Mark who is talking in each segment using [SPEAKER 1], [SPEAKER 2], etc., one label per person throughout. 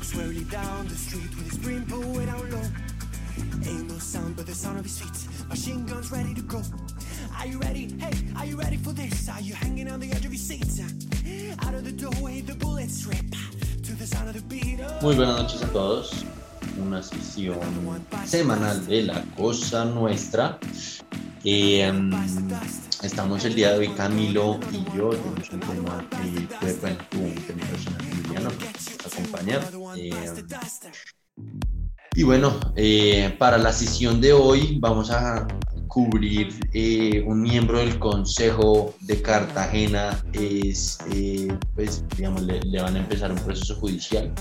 [SPEAKER 1] walks warily down the street with his brim pulled way down low. Ain't no sound but the sound of his feet. Machine guns ready to go. Are you ready? Hey, are you ready for this? Are you hanging on the edge of your seat? Out of the doorway the bullets rip to the sound of the beat.
[SPEAKER 2] Muy buenas noches a todos. Una sesión semanal de La Cosa Nuestra. Estamos el día de hoy, Camilo y yo. Tenemos un tema un tema personal Emiliano que nos acompaña. Y bueno, para la sesión de hoy vamos a cubrir un miembro del Consejo de Cartagena. Pues digamos, le van a empezar un proceso judicial.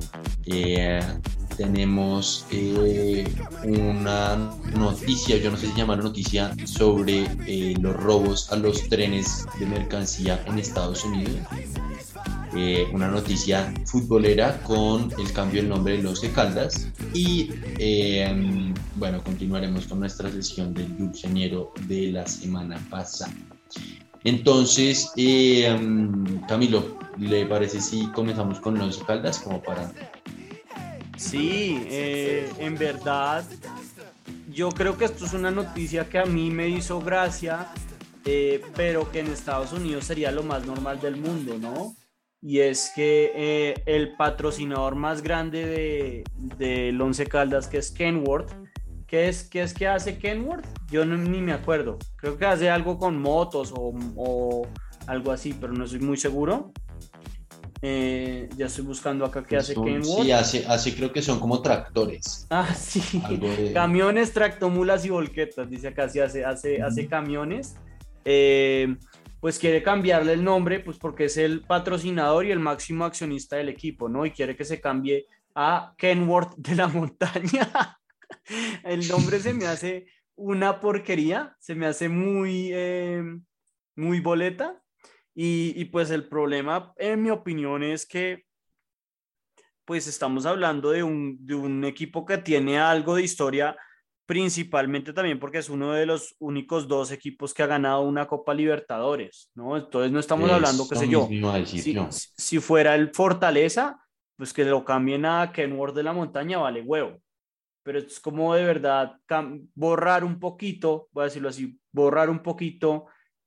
[SPEAKER 2] Tenemos una noticia, yo no sé si llamarlo noticia, sobre los robos a los trenes de mercancía en Estados Unidos. Una noticia futbolera con el cambio del nombre del Once Caldas y bueno, continuaremos con nuestra sesión del dulceñero de la semana pasada. Entonces, Camilo, ¿le parece si comenzamos con el Once Caldas como para...?
[SPEAKER 3] Sí, en verdad, yo creo que esto es una noticia que a mí me hizo gracia, pero que en Estados Unidos sería lo más normal del mundo, ¿no? Y es que el patrocinador más grande del Once Caldas, que es Kenworth, ¿qué hace Kenworth? Yo ni me acuerdo. Creo que hace algo con motos o algo así, pero no estoy muy seguro. Ya estoy buscando acá qué hace Kenworth.
[SPEAKER 2] Sí, hace creo que son como tractores.
[SPEAKER 3] Ah, sí. Camiones, tractomulas y volquetas, dice acá, sí, hace camiones. Pues quiere cambiarle el nombre, pues porque es el patrocinador y el máximo accionista del equipo, ¿no? Y quiere que se cambie a Kenworth de la Montaña. El nombre se me hace una porquería, se me hace muy boleta. Y pues el problema, en mi opinión, es que pues estamos hablando de un equipo que tiene algo de historia, principalmente también porque es uno de los únicos dos equipos que ha ganado una Copa Libertadores, ¿no? Entonces no estamos hablando, qué sé yo, si fuera el Fortaleza, pues que lo cambien a Kenworth de la Montaña, vale huevo. Pero es como de verdad borrar un poquito, voy a decirlo así, borrar un poquito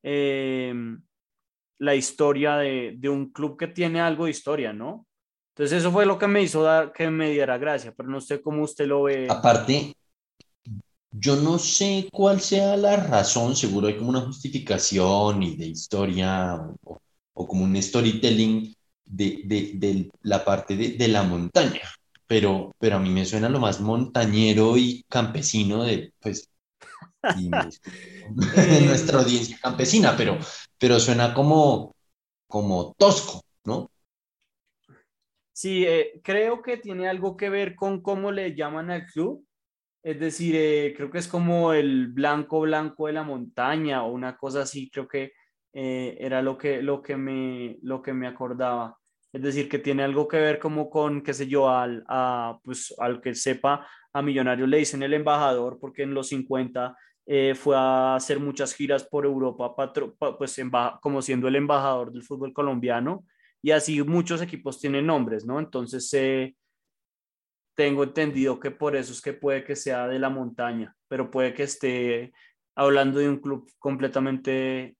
[SPEAKER 3] la historia de un club que tiene algo de historia, ¿no? Entonces eso fue lo que me hizo que me diera gracia, pero no sé cómo usted lo ve.
[SPEAKER 2] Aparte, yo no sé cuál sea la razón, seguro hay como una justificación y de historia o como un storytelling de la parte de la montaña, pero a mí me suena lo más montañero y campesino de, pues, nuestra audiencia campesina, pero suena como tosco, ¿no?
[SPEAKER 3] Sí, creo que tiene algo que ver con cómo le llaman al club. Es decir, creo que es como el blanco de la montaña o una cosa así, creo que era lo que me acordaba. Es decir, que tiene algo que ver como con, qué sé yo, pues, al que sepa, a Millonarios le dicen el embajador porque en los 50 fue a hacer muchas giras por Europa, pues como siendo el embajador del fútbol colombiano, y así muchos equipos tienen nombres, ¿no? Entonces, tengo entendido que por eso es que puede que sea de la Montaña, pero puede que esté hablando de un club completamente,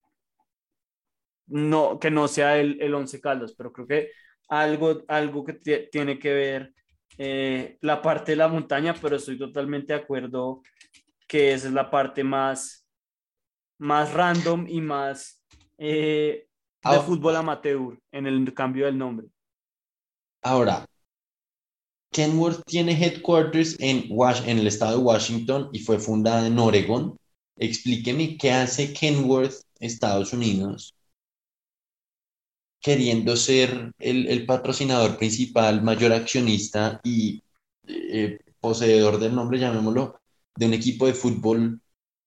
[SPEAKER 3] no, que no sea el Once Caldas, pero creo que algo que tiene que ver la parte de la montaña, pero estoy totalmente de acuerdo que esa es la parte más random y más de fútbol amateur en el cambio del nombre.
[SPEAKER 2] Ahora, Kenworth tiene headquarters en el estado de Washington y fue fundada en Oregon. Explíqueme qué hace Kenworth, Estados Unidos, queriendo ser el patrocinador principal, mayor accionista y poseedor del nombre, llamémoslo, de un equipo de fútbol,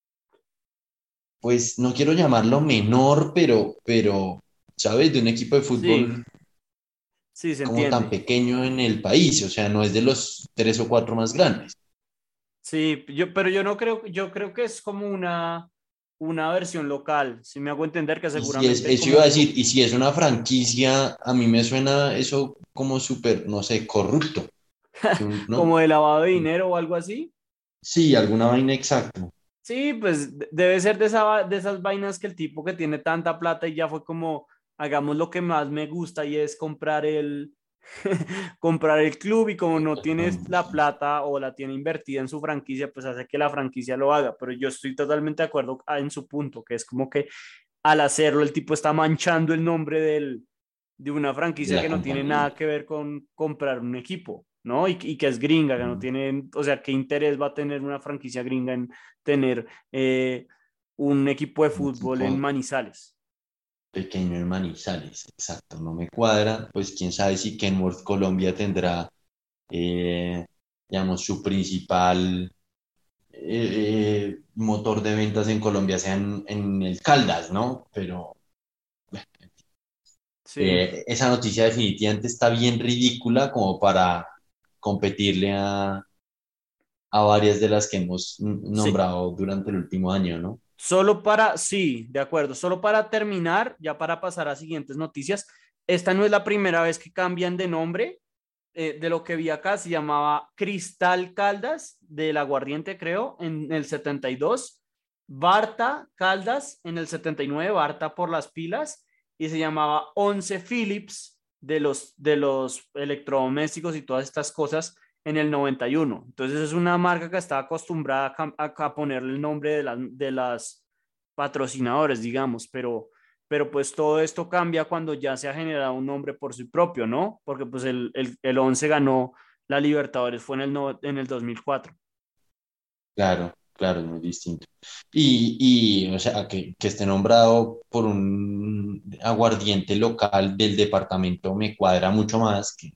[SPEAKER 2] pues no quiero llamarlo menor, pero ¿sabes? De un equipo de fútbol
[SPEAKER 3] sí, se
[SPEAKER 2] como
[SPEAKER 3] entiende.
[SPEAKER 2] tan pequeño en el país, o sea, no es de los 3 o 4 más grandes.
[SPEAKER 3] Sí, pero yo no creo, yo creo que es como una versión local, si me hago entender que
[SPEAKER 2] Y si es,
[SPEAKER 3] seguramente
[SPEAKER 2] eso iba a decir, y si es una franquicia, a mí me suena eso como súper, no sé, corrupto, ¿no?
[SPEAKER 3] como de lavado de dinero o algo así.
[SPEAKER 2] Sí, alguna vaina exacta.
[SPEAKER 3] Sí, pues debe ser de esas vainas que el tipo que tiene tanta plata y ya fue como, hagamos lo que más me gusta y es comprar comprar el club y como no tienes la plata o la tiene invertida en su franquicia, pues hace que la franquicia lo haga. Pero yo estoy totalmente de acuerdo en su punto, que es como que al hacerlo el tipo está manchando el nombre de una
[SPEAKER 2] De
[SPEAKER 3] franquicia
[SPEAKER 2] la
[SPEAKER 3] que no tiene
[SPEAKER 2] compañía.
[SPEAKER 3] nada que ver con comprar un equipo, ¿no? Y que es gringa, que no tiene, o sea, ¿qué interés va a tener una franquicia gringa en tener un equipo de
[SPEAKER 2] Un
[SPEAKER 3] fútbol en
[SPEAKER 2] equipo
[SPEAKER 3] Manizales?
[SPEAKER 2] pequeño en Manizales, exacto, no me cuadra. Pues quién sabe si Kenworth Colombia tendrá, eh, digamos, su principal motor de ventas en Colombia sea en el Caldas, ¿no? Pero
[SPEAKER 3] Sí,
[SPEAKER 2] esa noticia definitivamente está bien ridícula como para competirle a varias de las que hemos
[SPEAKER 3] sí.
[SPEAKER 2] nombrado durante el último año, ¿no?
[SPEAKER 3] Solo para, sí, de acuerdo, solo para terminar, ya para pasar a siguientes noticias, esta no es la primera vez que cambian de nombre. De lo que vi acá se llamaba Cristal Caldas del Aguardiente, creo, en el 72, Barta Caldas en el 79, Barta por las pilas, y se llamaba Once Philips de los electrodomésticos y todas estas cosas en el 91. Entonces es una marca que está acostumbrada a ponerle el nombre de las patrocinadores, digamos, pero pues todo esto cambia cuando ya se ha generado un nombre por sí propio, ¿no? Porque pues el 11 ganó la Libertadores, fue en el 2004.
[SPEAKER 2] Claro, claro, es muy distinto. O sea, que esté nombrado por un aguardiente local del departamento me cuadra mucho más que...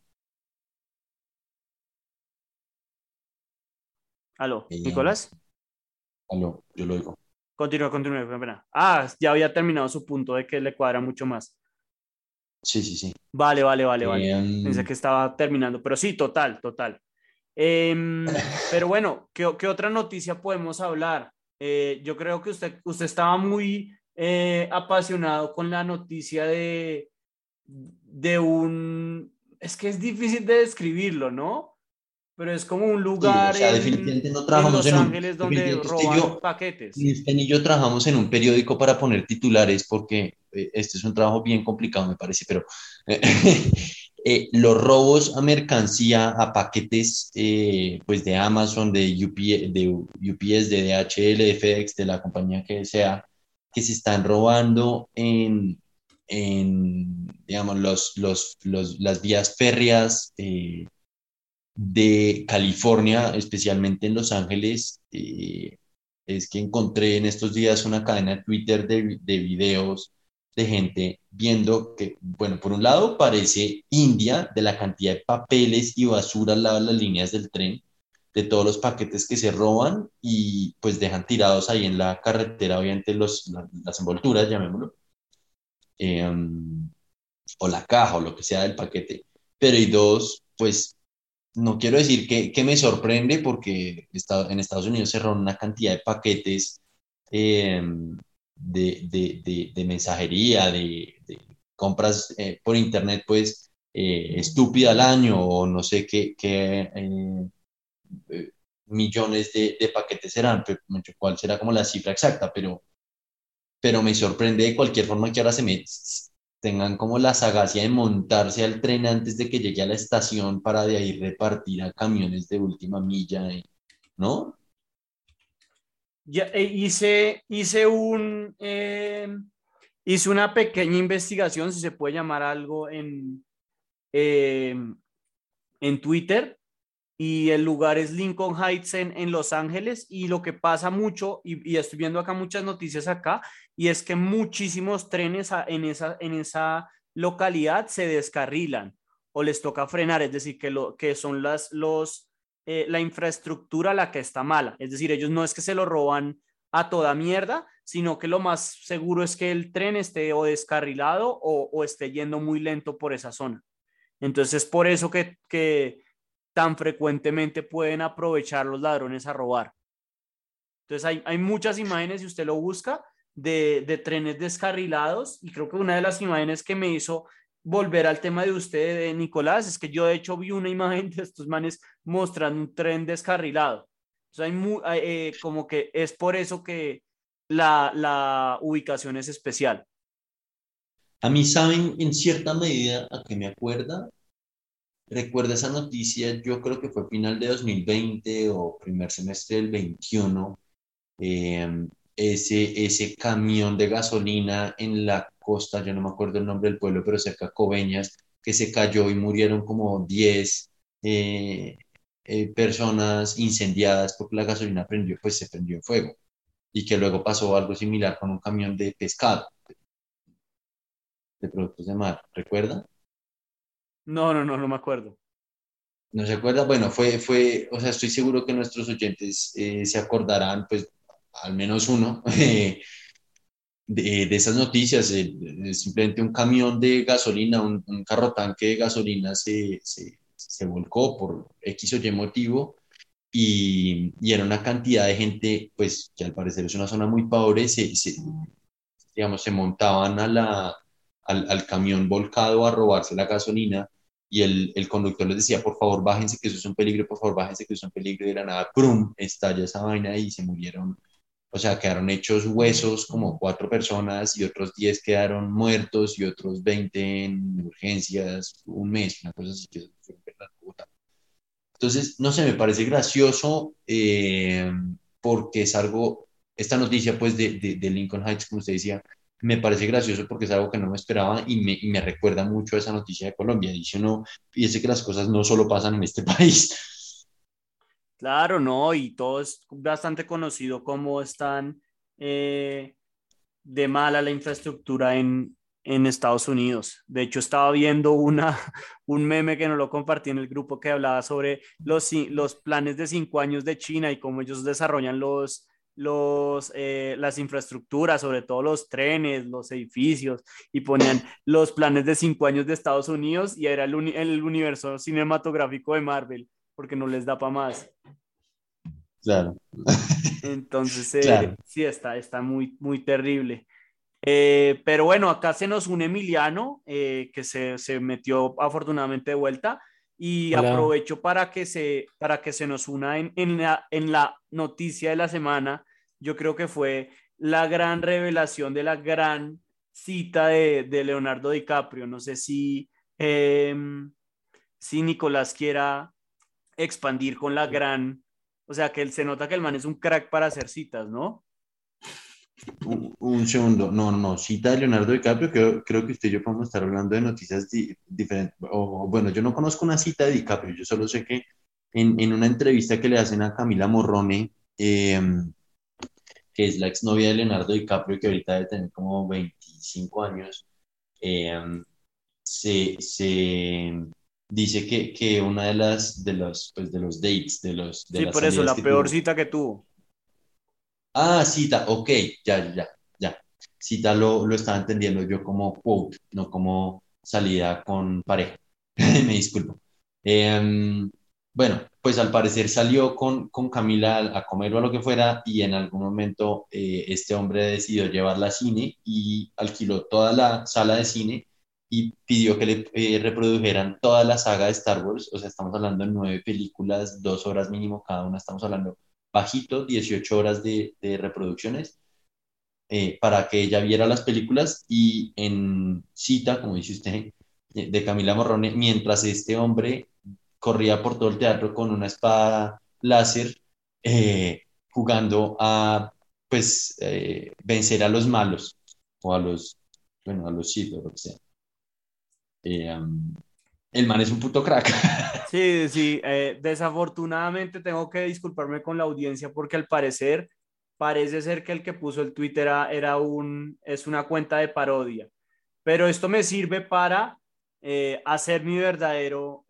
[SPEAKER 3] Aló,
[SPEAKER 2] eh,
[SPEAKER 3] Nicolás,
[SPEAKER 2] yo lo digo.
[SPEAKER 3] continúa, qué pena. Ah, ya había terminado su punto de que le cuadra mucho más.
[SPEAKER 2] Sí, sí, sí.
[SPEAKER 3] Vale. Pensé
[SPEAKER 2] Eh,
[SPEAKER 3] que estaba terminando, pero sí, total. Pero bueno, ¿qué otra noticia podemos hablar? Yo creo que usted estaba muy apasionado con la noticia de es que es difícil de describirlo, ¿no? Pero es como un
[SPEAKER 2] sí, o
[SPEAKER 3] lugar
[SPEAKER 2] sea, definitivamente no
[SPEAKER 3] en
[SPEAKER 2] trabajamos
[SPEAKER 3] Los
[SPEAKER 2] en un...
[SPEAKER 3] Ángeles donde
[SPEAKER 2] Definitivamente usted y
[SPEAKER 3] roban
[SPEAKER 2] yo,
[SPEAKER 3] paquetes.
[SPEAKER 2] ni usted ni yo trabajamos en un periódico para poner titulares porque este es un trabajo bien complicado, me parece, pero eh, los robos a mercancía, a paquetes, pues de Amazon, de UPS, de DHL, de FedEx, de la compañía que sea, que se están robando digamos, las vías férreas de California, especialmente en Los Ángeles. Es que encontré en estos días una cadena de Twitter de videos de gente viendo que, bueno, por un lado parece India de la cantidad de papeles y basura al lado de las líneas del tren, de todos los paquetes que se roban y pues dejan tirados ahí en la carretera, obviamente las envolturas, llamémoslo, eh, o la caja o lo que sea del paquete. Pero y dos, pues no quiero decir que me sorprende porque en Estados Unidos se roban una cantidad de paquetes eh, de mensajería, de compras por internet, pues estúpida al año o no sé eh, millones de paquetes serán, cuál será como la cifra exacta, pero me sorprende de cualquier forma que ahora tengan como la sagacia de montarse al tren antes de que llegue a la estación para de ahí repartir a camiones de última milla, ¿no?
[SPEAKER 3] Ya, hice una pequeña investigación, si se puede llamar algo, eh, en Twitter y el lugar es Lincoln Heights en Los Ángeles y lo que pasa mucho, y estoy viendo acá muchas noticias acá, y es que muchísimos trenes en esa localidad se descarrilan o les toca frenar, es decir, que son la infraestructura la que está mala, es decir, ellos no es que se lo roban a toda mierda, sino que lo más seguro es que el tren esté o descarrilado o esté yendo muy lento por esa zona. Entonces es por eso que tan frecuentemente pueden aprovechar los ladrones a robar. Entonces hay muchas imágenes, si usted lo busca, de trenes descarrilados, y creo que una de las imágenes que me hizo volver al tema de usted, de Nicolás, es que yo de hecho vi una imagen de estos manes mostrando un tren descarrilado. O sea, como que es por eso que la ubicación es especial.
[SPEAKER 2] A mí, ¿saben en cierta medida a qué me acuerda? Recuerda esa noticia, yo creo que fue final de 2020 o primer semestre del 21, eh, ese camión de gasolina en la costa, yo no me acuerdo el nombre del pueblo, pero cerca de Coveñas, que se cayó y murieron como 10 eh, personas incendiadas porque la gasolina prendió, pues se prendió en fuego y que luego pasó algo similar con un camión de pescado, de productos de mar, ¿recuerda?
[SPEAKER 3] No, no, no, no me acuerdo.
[SPEAKER 2] ¿No se acuerda? Bueno, o sea, estoy seguro que nuestros oyentes se acordarán, pues, al menos uno, de esas noticias. Simplemente un camión de gasolina, un carro tanque de gasolina se volcó por X o Y motivo y era una cantidad de gente, pues, que al parecer es una zona muy pobre, digamos, se montaban al camión volcado a robarse la gasolina y el conductor les decía, por favor, bájense, que eso es un peligro, por favor, bájense, que eso es un peligro, y de la nada, ¡prum!, estalla esa vaina y se murieron. O sea, quedaron hechos huesos como 4 personas y otros 10 quedaron muertos y otros 20 en urgencias, un mes, una cosa así que fue verdad, Bogotá. Entonces, no sé, me parece gracioso porque es algo, esta noticia pues de Lincoln Heights, como usted decía, me parece gracioso porque es algo que no me esperaba y me recuerda mucho a esa noticia de Colombia. Dice uno, fíjese que las cosas no solo pasan en este país.
[SPEAKER 3] Claro, no, y todo es bastante conocido cómo están eh, de mala la infraestructura en Estados Unidos. De hecho, estaba viendo un meme que nos lo compartí en el grupo que hablaba sobre los planes de 5 años de China y cómo ellos desarrollan las infraestructuras, sobre todo los trenes, los edificios, y ponían los planes de 5 años de Estados Unidos y era el universo cinematográfico de Marvel, porque no les da para más.
[SPEAKER 2] Claro,
[SPEAKER 3] Entonces,
[SPEAKER 2] claro.
[SPEAKER 3] sí, está muy, muy terrible. Pero bueno, acá se nos une Emiliano, que se metió afortunadamente de vuelta y
[SPEAKER 4] Hola,
[SPEAKER 3] aprovecho para que se nos una en la noticia de la semana. Yo creo que fue la gran revelación de la gran cita de Leonardo DiCaprio. No sé eh, si Nicolás quiera expandir con la gran, o sea, que él se nota que el man es un crack para hacer citas, ¿no?
[SPEAKER 2] Un segundo, no, no, cita de Leonardo DiCaprio, creo que usted y yo podemos estar hablando de noticias diferentes. O, bueno, yo no conozco una cita de DiCaprio, yo solo sé que en una entrevista que le hacen a Camila Morrone, que es la exnovia de Leonardo DiCaprio, que ahorita debe tener como 25 años, eh, se dice que una de los dates, de
[SPEAKER 3] Sí,
[SPEAKER 2] las
[SPEAKER 3] por eso,
[SPEAKER 2] salidas
[SPEAKER 3] la
[SPEAKER 2] que
[SPEAKER 3] peor
[SPEAKER 2] tuvo.
[SPEAKER 3] cita que tuvo.
[SPEAKER 2] Ah, cita, ok, ya. Cita lo estaba entendiendo yo como quote, no como salida con pareja. Me disculpo. Em, bueno, pues al parecer salió con Camila a comer o a lo que fuera y en algún momento este hombre decidió llevarla a cine y alquiló toda la sala de cine y pidió que le reprodujeran toda la saga de Star Wars. O sea, estamos hablando de 9 películas, 2 horas mínimo cada una, estamos hablando bajito, 18 horas de reproducciones, para que ella viera las películas y en cita, como dice usted, de Camila Morrone, mientras este hombre corría por todo el teatro con una espada láser, jugando a, pues, vencer a los malos, o a los, bueno, a los Sith, o lo que sea. El man es un puto crack.
[SPEAKER 3] Sí, sí, desafortunadamente tengo que disculparme con la audiencia porque al parecer parece ser que el que puso el tweet es una cuenta de parodia. Pero esto me sirve para hacer mi verdadero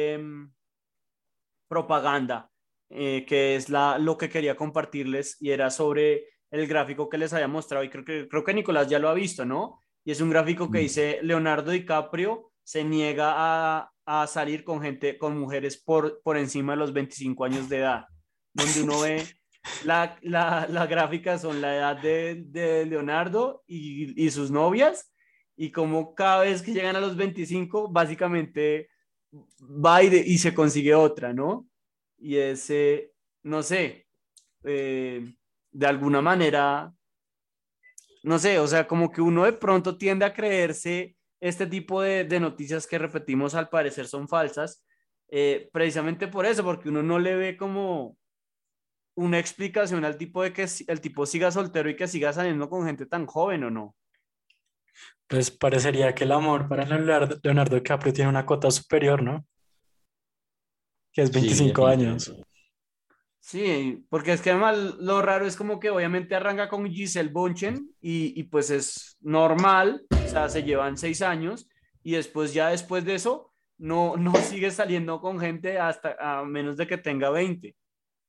[SPEAKER 3] propaganda, que es lo que quería compartirles y era sobre el gráfico que les había mostrado y creo que Nicolás ya lo ha visto, ¿no? Y es un gráfico que dice Leonardo DiCaprio se niega a salir con mujeres por encima de los 25 años de edad, donde uno ve la gráfica son la edad de Leonardo y sus novias, y como cada vez que llegan a los 25 básicamente va y se consigue otra, ¿no? Y ese, no sé, de alguna manera, no sé, o sea, como que uno de pronto tiende a creerse este tipo de noticias que repetimos al parecer son falsas, precisamente por eso, porque uno no le ve como una explicación al tipo de que el tipo siga soltero y que siga saliendo con gente tan joven o no.
[SPEAKER 4] Pues parecería que el amor para Leonardo DiCaprio tiene una cota superior, ¿no? Que es
[SPEAKER 2] Sí,
[SPEAKER 4] 25 años.
[SPEAKER 2] definitivamente.
[SPEAKER 3] Sí, porque es que además lo raro es como que obviamente arranca con Giselle Bunchen y pues es normal, o sea, se llevan 6 años y después ya después de eso no sigue saliendo con gente hasta a menos de que tenga 20.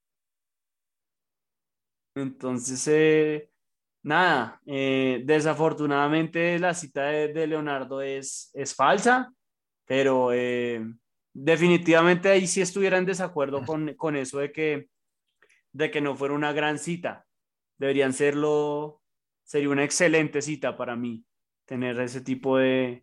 [SPEAKER 3] Entonces, nada, desafortunadamente la cita de Leonardo es falsa, pero definitivamente ahí sí estuviera en desacuerdo con eso de que no fuera una gran cita. Deberían serlo, sería una excelente cita para mí, tener ese tipo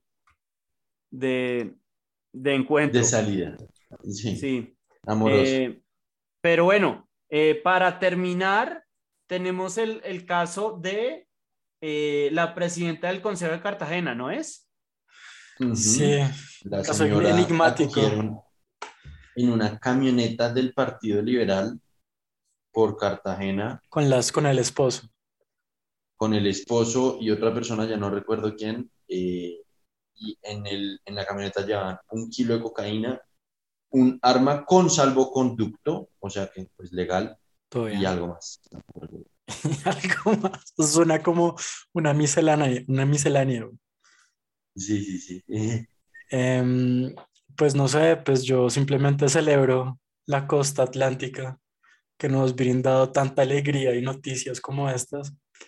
[SPEAKER 3] de, de
[SPEAKER 2] De
[SPEAKER 3] encuentro.
[SPEAKER 2] salida. Sí,
[SPEAKER 3] Sí.
[SPEAKER 2] amoroso.
[SPEAKER 3] Eh, pero bueno, para terminar, tenemos el caso de la presidenta del Consejo de Cartagena, ¿no es?
[SPEAKER 4] Sí,
[SPEAKER 2] Ujú. La
[SPEAKER 4] caso
[SPEAKER 2] señora la
[SPEAKER 4] enigmático,
[SPEAKER 2] cogieron en una camioneta del Partido Liberal por Cartagena
[SPEAKER 4] con el esposo.
[SPEAKER 2] con el esposo y otra persona, ya no recuerdo quién, y en la camioneta llevaban 1 kilo de cocaína, un arma con salvoconducto, o sea que pues legal,
[SPEAKER 4] Todo
[SPEAKER 2] y
[SPEAKER 4] bien.
[SPEAKER 2] algo más.
[SPEAKER 4] Algo más. Suena como una miscelánea, una miscelánea.
[SPEAKER 2] Sí, sí, sí.
[SPEAKER 4] Em, pues no sé, pues yo simplemente celebro la costa atlántica que nos ha brindado tanta alegría y noticias como estas.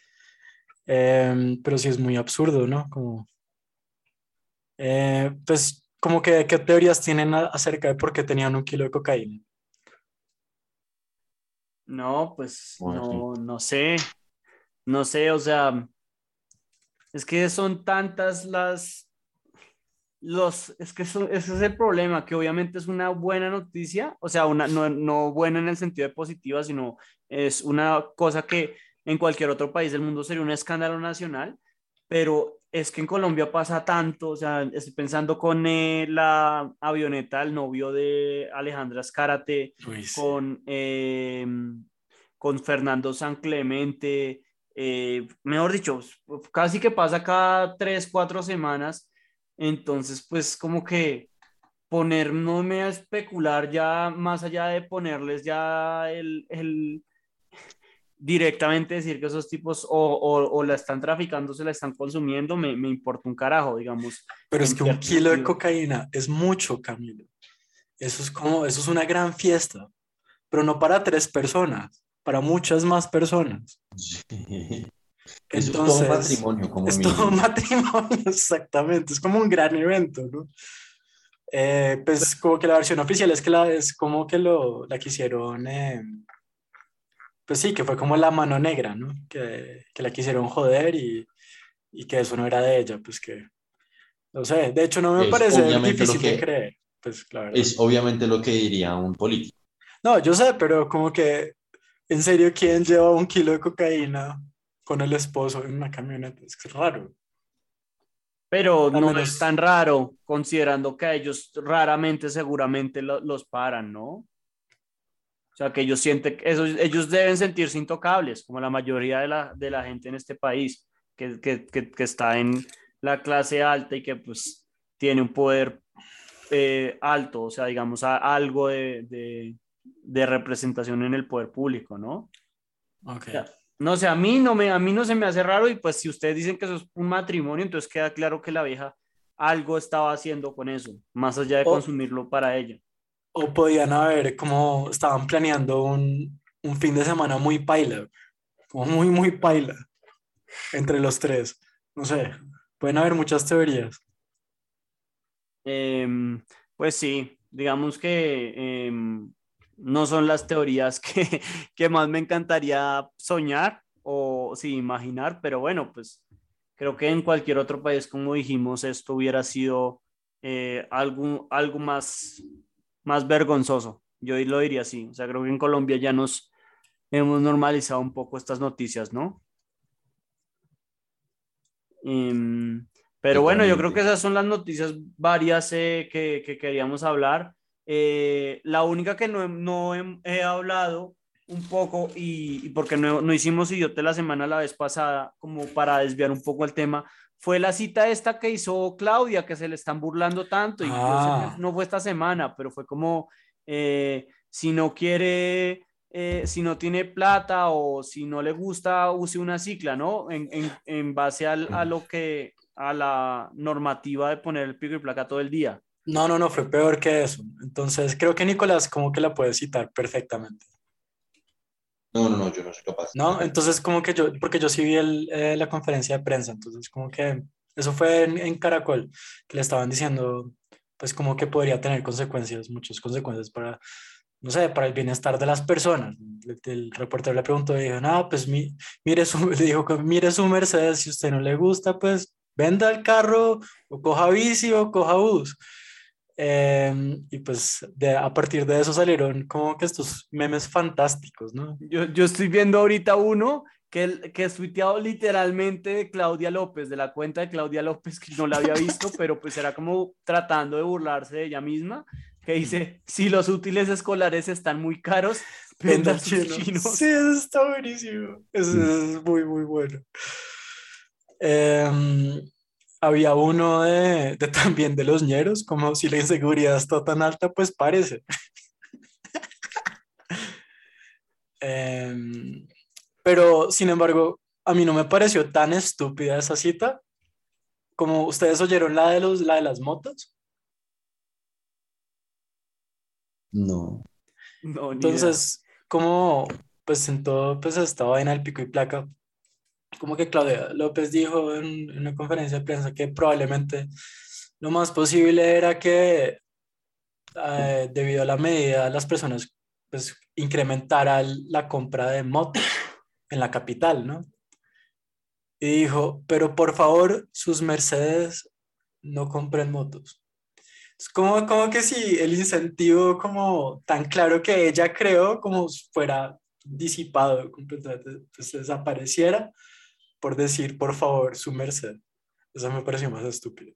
[SPEAKER 4] Pero sí es muy absurdo, ¿no? Como, pues como que, ¿qué teorías tienen acerca de por qué tenían 1 kilo de cocaína?
[SPEAKER 3] No, pues
[SPEAKER 2] Bueno, sí.
[SPEAKER 3] no sé, o sea, es que son tantas es que ese es el problema, que obviamente es una buena noticia, o sea, no buena en el sentido de positiva, sino es una cosa que en cualquier otro país del mundo sería un escándalo nacional, pero es que en Colombia pasa tanto, o sea, estoy pensando con la avioneta del novio de Alejandra Zárate,
[SPEAKER 4] Uy, sí.
[SPEAKER 3] con Fernando San Clemente, mejor dicho, casi que pasa cada 3, 4 semanas. Entonces, pues como que ponerme a especular ya más allá de ponerles ya directamente decir que esos tipos o la están traficando, se la están consumiendo, me importa un carajo, digamos,
[SPEAKER 4] Pero es
[SPEAKER 3] en
[SPEAKER 4] que un
[SPEAKER 3] cierto
[SPEAKER 4] kilo de
[SPEAKER 3] sentido.
[SPEAKER 4] cocaína es mucho, Camilo. Eso es una gran fiesta, pero no para 3 personas, para muchas más personas.
[SPEAKER 2] Eso es todo un
[SPEAKER 4] Entonces,
[SPEAKER 2] matrimonio, como
[SPEAKER 4] es
[SPEAKER 2] Emilio
[SPEAKER 4] todo un
[SPEAKER 2] dice.
[SPEAKER 4] matrimonio, exactamente. Es como un gran evento, ¿no? Pues como que la versión oficial es que es como que la quisieron, pues sí, que fue como la mano negra, ¿no? Que la quisieron joder y que eso no era de ella, pues que, no sé, de hecho no me
[SPEAKER 2] Es
[SPEAKER 4] parece
[SPEAKER 2] obviamente lo
[SPEAKER 4] difícil de
[SPEAKER 2] que,
[SPEAKER 4] creer, pues la verdad.
[SPEAKER 2] es obviamente lo que diría un político.
[SPEAKER 4] No, yo sé, pero como que, en serio, ¿quién lleva 1 kilo de cocaína con el esposo en una camioneta? Es que es raro.
[SPEAKER 3] Pero
[SPEAKER 4] Al
[SPEAKER 3] no es tan
[SPEAKER 4] menos,
[SPEAKER 3] raro, considerando que a ellos raramente seguramente los paran, ¿no? O sea, que ellos sienten, ellos deben sentirse intocables, como la mayoría de la gente en este país, que está en la clase alta y que pues tiene un poder alto, o sea, digamos, algo de representación en el poder público, ¿no? O
[SPEAKER 4] ok.
[SPEAKER 3] sea, no sé, a mí no se me hace raro y pues si ustedes dicen que eso es un matrimonio, entonces queda claro que la vieja algo estaba haciendo con eso, más allá de
[SPEAKER 4] O,
[SPEAKER 3] consumirlo para ella.
[SPEAKER 4] o podían haber, como estaban planeando un fin de semana muy paila, como muy, muy paila, entre los tres. No sé, pueden haber muchas teorías.
[SPEAKER 3] Pues sí, digamos que No son las teorías que más me encantaría soñar o sí, imaginar, pero bueno, pues creo que en cualquier otro país, como dijimos, esto hubiera sido algo más vergonzoso. Yo lo diría así. O sea, creo que en Colombia ya nos hemos normalizado un poco estas noticias, ¿no? Em, pero bueno, yo creo que
[SPEAKER 2] Totalmente.
[SPEAKER 3] esas son las noticias varias que queríamos hablar. La única que he hablado un poco y porque no hicimos Idiote la semana la vez pasada, como para desviar un poco el tema, fue la cita esta que hizo Claudia, que se le están burlando tanto y yo sé que
[SPEAKER 4] Ah,
[SPEAKER 3] no fue esta semana, pero fue como, si no quiere si no tiene plata o si no le gusta, use una cicla, ¿no? En base a lo a la normativa de poner el pico y placa todo el día.
[SPEAKER 4] no, no, no, fue peor que eso. Entonces, creo que Nicolás como que la puede citar perfectamente,
[SPEAKER 2] No, no, no, yo no soy capaz.
[SPEAKER 4] ¿no? Entonces, como que yo, porque yo sí vi la conferencia de prensa, entonces como que eso fue en Caracol, que le estaban diciendo, pues como que podría tener consecuencias, muchas consecuencias para, no sé, para el bienestar de las personas. El reportero le preguntó y dijo, no, pues mire su, le dijo, mire su Mercedes, si a usted no le gusta, pues venda el carro o coja bici o coja bus. Y pues a partir de eso salieron como que estos memes fantásticos, ¿no?
[SPEAKER 3] Yo estoy viendo ahorita uno que es tuiteado literalmente de Claudia López, de la cuenta de Claudia López, que no la había visto, pero pues era como tratando de burlarse de ella misma, que dice, si los útiles escolares están muy caros,
[SPEAKER 4] Venda
[SPEAKER 3] venda
[SPEAKER 4] el
[SPEAKER 3] sus
[SPEAKER 4] chino. Sí,
[SPEAKER 3] chinos.
[SPEAKER 4] eso está buenísimo. Eso es muy, muy bueno. Em, Había uno de también de los ñeros, como si la inseguridad está tan alta, pues parece. Em, pero, sin embargo, a mí no me pareció tan estúpida esa cita como ustedes oyeron la de las motos.
[SPEAKER 2] No.
[SPEAKER 3] No, ni idea.
[SPEAKER 4] Entonces, como pues en todo, pues esta vaina del pico y placa, como que Claudia López dijo en una conferencia de prensa que probablemente lo más posible era que debido a la medida las personas pues incrementaran la compra de motos en la capital, ¿no? Y dijo, pero por favor, sus Mercedes no compren motos. Es como que si el incentivo como tan claro que ella creó como fuera disipado completamente, pues desapareciera por decir, por favor, su merced. Eso me pareció más estúpido.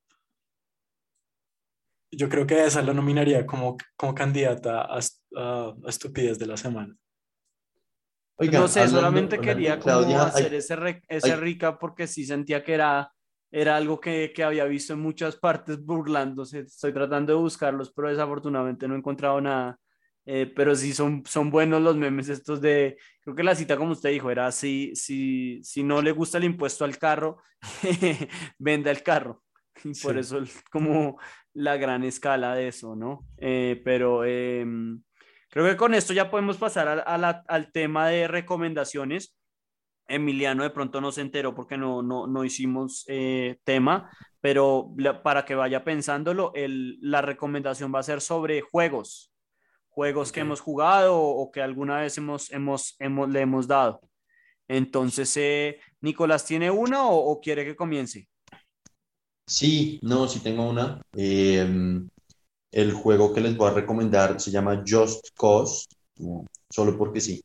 [SPEAKER 4] Yo creo que esa la nominaría como candidata a estupidez de la semana.
[SPEAKER 3] Pues no
[SPEAKER 2] Oigan,
[SPEAKER 3] sé,
[SPEAKER 2] hablando,
[SPEAKER 3] solamente
[SPEAKER 2] hablando de
[SPEAKER 3] quería como
[SPEAKER 2] Claudia,
[SPEAKER 3] hacer ese
[SPEAKER 2] hay,
[SPEAKER 3] rica porque sí sentía que era algo que había visto en muchas partes burlándose. Estoy tratando de buscarlos, pero desafortunadamente no he encontrado nada. Pero sí son buenos los memes estos de, creo que la cita como usted dijo era si no le gusta el impuesto al carro, venda el carro. Y por
[SPEAKER 4] Sí.
[SPEAKER 3] eso como la gran escala de eso, ¿no? Pero creo que con esto ya podemos pasar al tema de recomendaciones. Emiliano de pronto no se enteró porque no hicimos tema, pero para que vaya pensándolo, la recomendación va a ser sobre juegos
[SPEAKER 4] Ok.
[SPEAKER 3] que hemos jugado o que alguna vez le hemos dado. Entonces, Nicolás, ¿tiene una o quiere que comience?
[SPEAKER 2] sí, no, sí tengo una. El juego que les voy a recomendar se llama Just Cause, solo porque sí.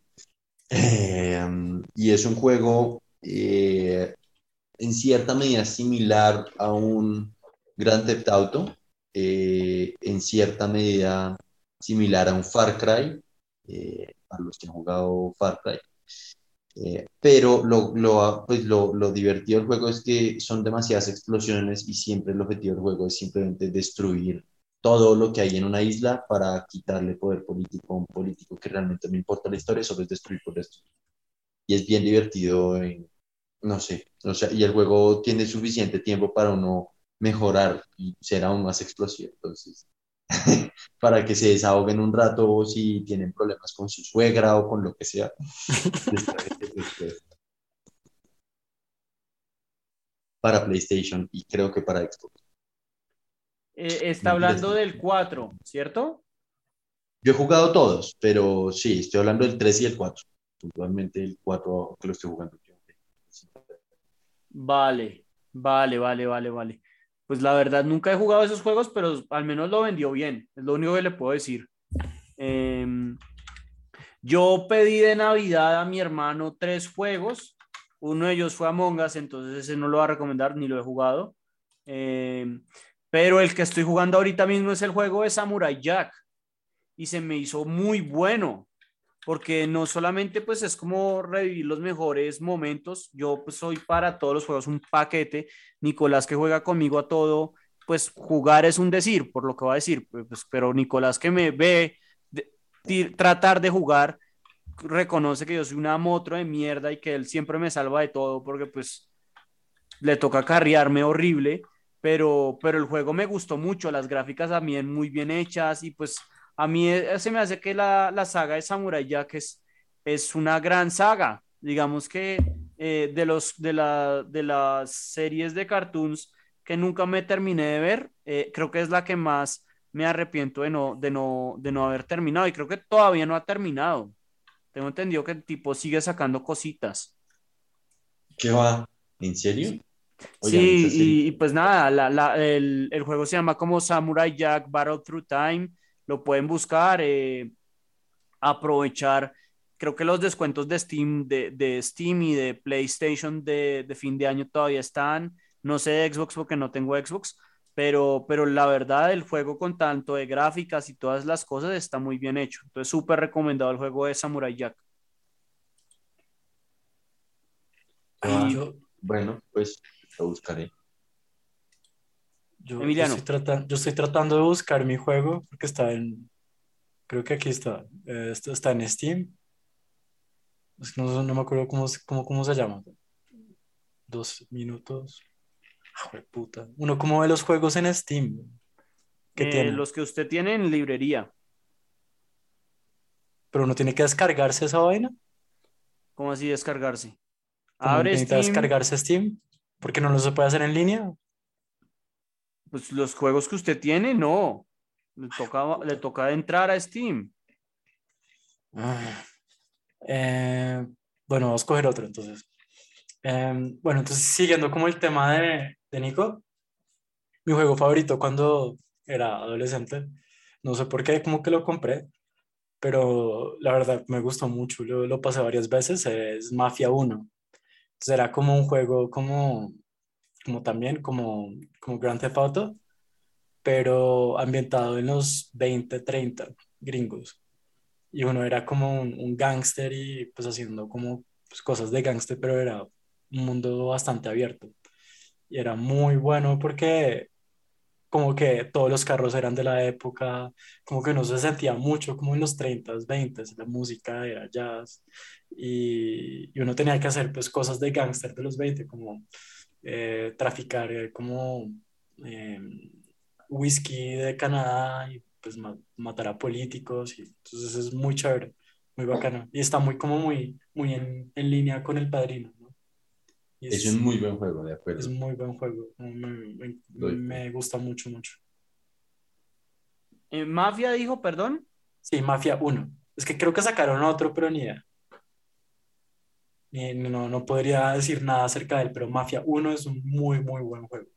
[SPEAKER 2] Y es un juego en cierta medida similar a un Grand Theft Auto, en cierta medida similar a un Far Cry, a los que han jugado Far Cry. Pero lo divertido del juego es que son demasiadas explosiones y siempre el objetivo del juego es simplemente destruir todo lo que hay en una isla para quitarle poder político a un político que realmente no importa la historia, solo es destruir por esto. Y es bien divertido, no sé, o sea, y el juego tiene suficiente tiempo para uno mejorar y ser aún más explosivo. Entonces, para que se desahoguen un rato si tienen problemas con su suegra o con lo que sea, descárguense Just Cause para PlayStation y creo que para Xbox.
[SPEAKER 3] Está
[SPEAKER 2] Mentiras,
[SPEAKER 3] hablando del 4, ¿cierto?
[SPEAKER 2] Yo he jugado todos, pero sí, estoy hablando del 3 y el 4. Puntualmente el 4 que lo estoy jugando.
[SPEAKER 3] Vale, vale. Pues la verdad nunca he jugado esos juegos, pero al menos lo vendió bien. Es lo único que le puedo decir. Em, yo pedí de Navidad a mi hermano 3 juegos. Uno de ellos fue Among Us, entonces ese no lo va a recomendar, ni lo he jugado. Eh, pero el que estoy jugando ahorita mismo es el juego de Samurai Jack y se me hizo muy bueno porque no solamente pues es como revivir los mejores momentos, yo pues soy para todos los juegos un paquete, Nicolás que juega conmigo a todo, pues jugar es un decir, por lo que va a decir, pues, pero Nicolás que me ve tratar de jugar, reconoce que yo soy una motro de mierda y que él siempre me salva de todo porque pues le toca carrearme horrible, pero el juego me gustó mucho, las gráficas también muy bien hechas y pues a mí se me hace que la saga de Samurai Jack es una gran saga. Digamos que de las series de cartoons que nunca me terminé de ver, creo que es la que más me arrepiento de no haber terminado y creo que todavía no ha terminado. Tengo entendido que el tipo sigue sacando cositas.
[SPEAKER 2] ¿Qué va? ¿En serio? Oigan, esa
[SPEAKER 3] Sí,
[SPEAKER 2] serie.
[SPEAKER 3] y pues nada, el juego se llama como Samurai Jack Battle Through Time, lo pueden buscar, aprovechar, creo que los descuentos de Steam, de Steam y de PlayStation de fin de año todavía están, no sé de Xbox porque no tengo Xbox, pero la verdad el juego con tanto de gráficas y todas las cosas está muy bien hecho, entonces súper recomendado el juego de Samurai Jack.
[SPEAKER 2] ¿Qué
[SPEAKER 4] Ay,
[SPEAKER 2] va?
[SPEAKER 4] yo,
[SPEAKER 2] Bueno, pues lo buscaré.
[SPEAKER 3] Emiliano,
[SPEAKER 4] yo estoy tratando de buscar mi juego porque creo que aquí está, está en Steam. Es que no me acuerdo cómo se llama. 2 minutos. Puta. Uno como de los juegos en Steam que tiene,
[SPEAKER 3] los que usted tiene en librería,
[SPEAKER 4] pero uno tiene que descargarse esa vaina.
[SPEAKER 3] ¿cómo así descargarse?
[SPEAKER 4] Como
[SPEAKER 3] Abre
[SPEAKER 4] necesita
[SPEAKER 3] Steam,
[SPEAKER 4] descargarse Steam, porque no lo se puede hacer en línea.
[SPEAKER 3] pues los juegos que usted tiene, no. Le
[SPEAKER 4] Puta.
[SPEAKER 3] toca entrar a Steam.
[SPEAKER 4] Ah, eh, bueno, vamos a coger otro entonces. Bueno, entonces siguiendo como el tema de Nico, mi juego favorito cuando era adolescente, no sé por qué, como que lo compré, pero la verdad me gustó mucho, lo pasé varias veces, es Mafia 1. Entonces era como un juego como también, como Grand Theft Auto, pero ambientado en los 20-30 gringos. Y uno era como un gángster y pues haciendo como pues, cosas de gángster, pero era un mundo bastante abierto. Y era muy bueno porque como que todos los carros eran de la época, como que no se sentía mucho como en los 30, 20, la música era jazz y uno tenía que hacer pues cosas de gángster de los 20 como traficar como eh, whisky de Canadá y pues matar a políticos y entonces es muy chévere, muy bacano y está muy en línea con El Padrino, ¿no? Y
[SPEAKER 2] Es un muy buen juego, de
[SPEAKER 4] es
[SPEAKER 2] acuerdo.
[SPEAKER 4] muy buen juego, me gusta mucho, mucho.
[SPEAKER 3] Mafia dijo, perdón.
[SPEAKER 4] Sí, Mafia 1. Es que creo que sacaron otro, pero ni idea. No podría decir nada acerca de él, pero Mafia 1 es un muy, muy buen juego.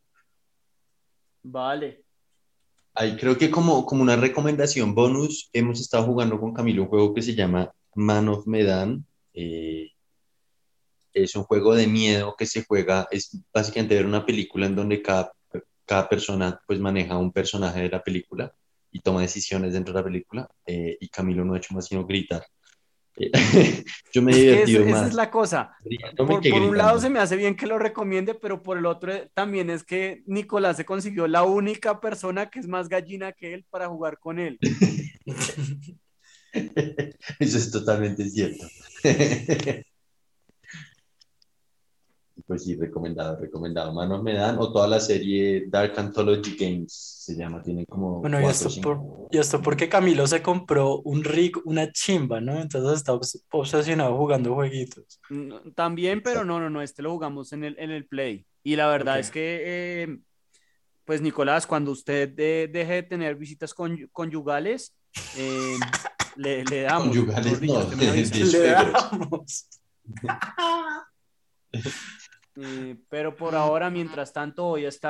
[SPEAKER 3] Vale.
[SPEAKER 2] Ahí creo que como una recomendación bonus, hemos estado jugando con Camilo un juego que se llama Man of Medan. Eh, es un juego de miedo que se juega, es básicamente ver una película en donde cada persona pues maneja un personaje de la película y toma decisiones dentro de la película. Y Camilo no ha hecho más sino gritar. Eh, yo me he
[SPEAKER 3] Es que
[SPEAKER 2] divertido
[SPEAKER 3] esa es
[SPEAKER 2] más
[SPEAKER 3] la cosa.
[SPEAKER 2] riéndome
[SPEAKER 3] Por,
[SPEAKER 2] que
[SPEAKER 3] por un lado
[SPEAKER 2] gritando.
[SPEAKER 3] se me hace bien que lo recomiende, pero por el otro también es que Nicolás se consiguió la única persona que es más gallina que él para jugar con él.
[SPEAKER 2] Eso es totalmente cierto. Pues sí, recomendado, recomendado. Manos me dan, o toda la serie Dark Anthology Games se llama, tiene como
[SPEAKER 4] Bueno, y
[SPEAKER 2] cuatro o
[SPEAKER 4] esto,
[SPEAKER 2] cinco.
[SPEAKER 4] y esto porque Camilo se compró un rig, una chimba, ¿no? Entonces está obsesionado jugando jueguitos.
[SPEAKER 3] También, pero
[SPEAKER 2] Exacto.
[SPEAKER 3] no, este lo jugamos en el Play. Y la
[SPEAKER 4] Ok.
[SPEAKER 3] verdad es que, pues Nicolás, cuando usted deje de tener visitas conyugales, le damos. Mejor
[SPEAKER 2] Conyugales
[SPEAKER 3] dicho,
[SPEAKER 2] no,
[SPEAKER 3] usted me avisa.
[SPEAKER 2] de
[SPEAKER 4] Le
[SPEAKER 2] suegros.
[SPEAKER 4] damos.
[SPEAKER 3] Pero por ahora, mientras tanto,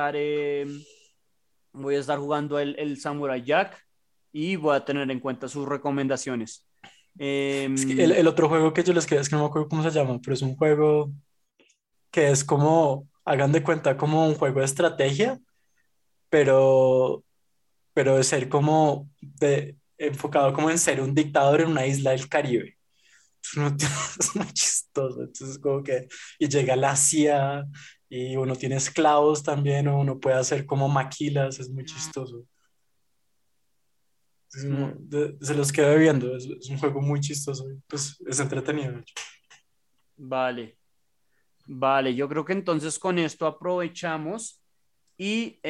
[SPEAKER 3] voy a estar jugando el Samurai Jack y voy a tener en cuenta sus recomendaciones.
[SPEAKER 4] Es que el otro juego que yo les quería, es que no me acuerdo cómo se llama, pero es un juego que es como, hagan de cuenta, como un juego de estrategia, pero, pero de ser como, enfocado como en ser un dictador en una isla del Caribe. Es muy chistoso, entonces como que, y llega la CIA y uno tiene esclavos también, o uno puede hacer como maquilas, es muy chistoso. Se los quedo viendo, es un juego muy chistoso, y, pues es entretenido, de hecho.
[SPEAKER 3] Vale, vale, yo creo que entonces con esto aprovechamos y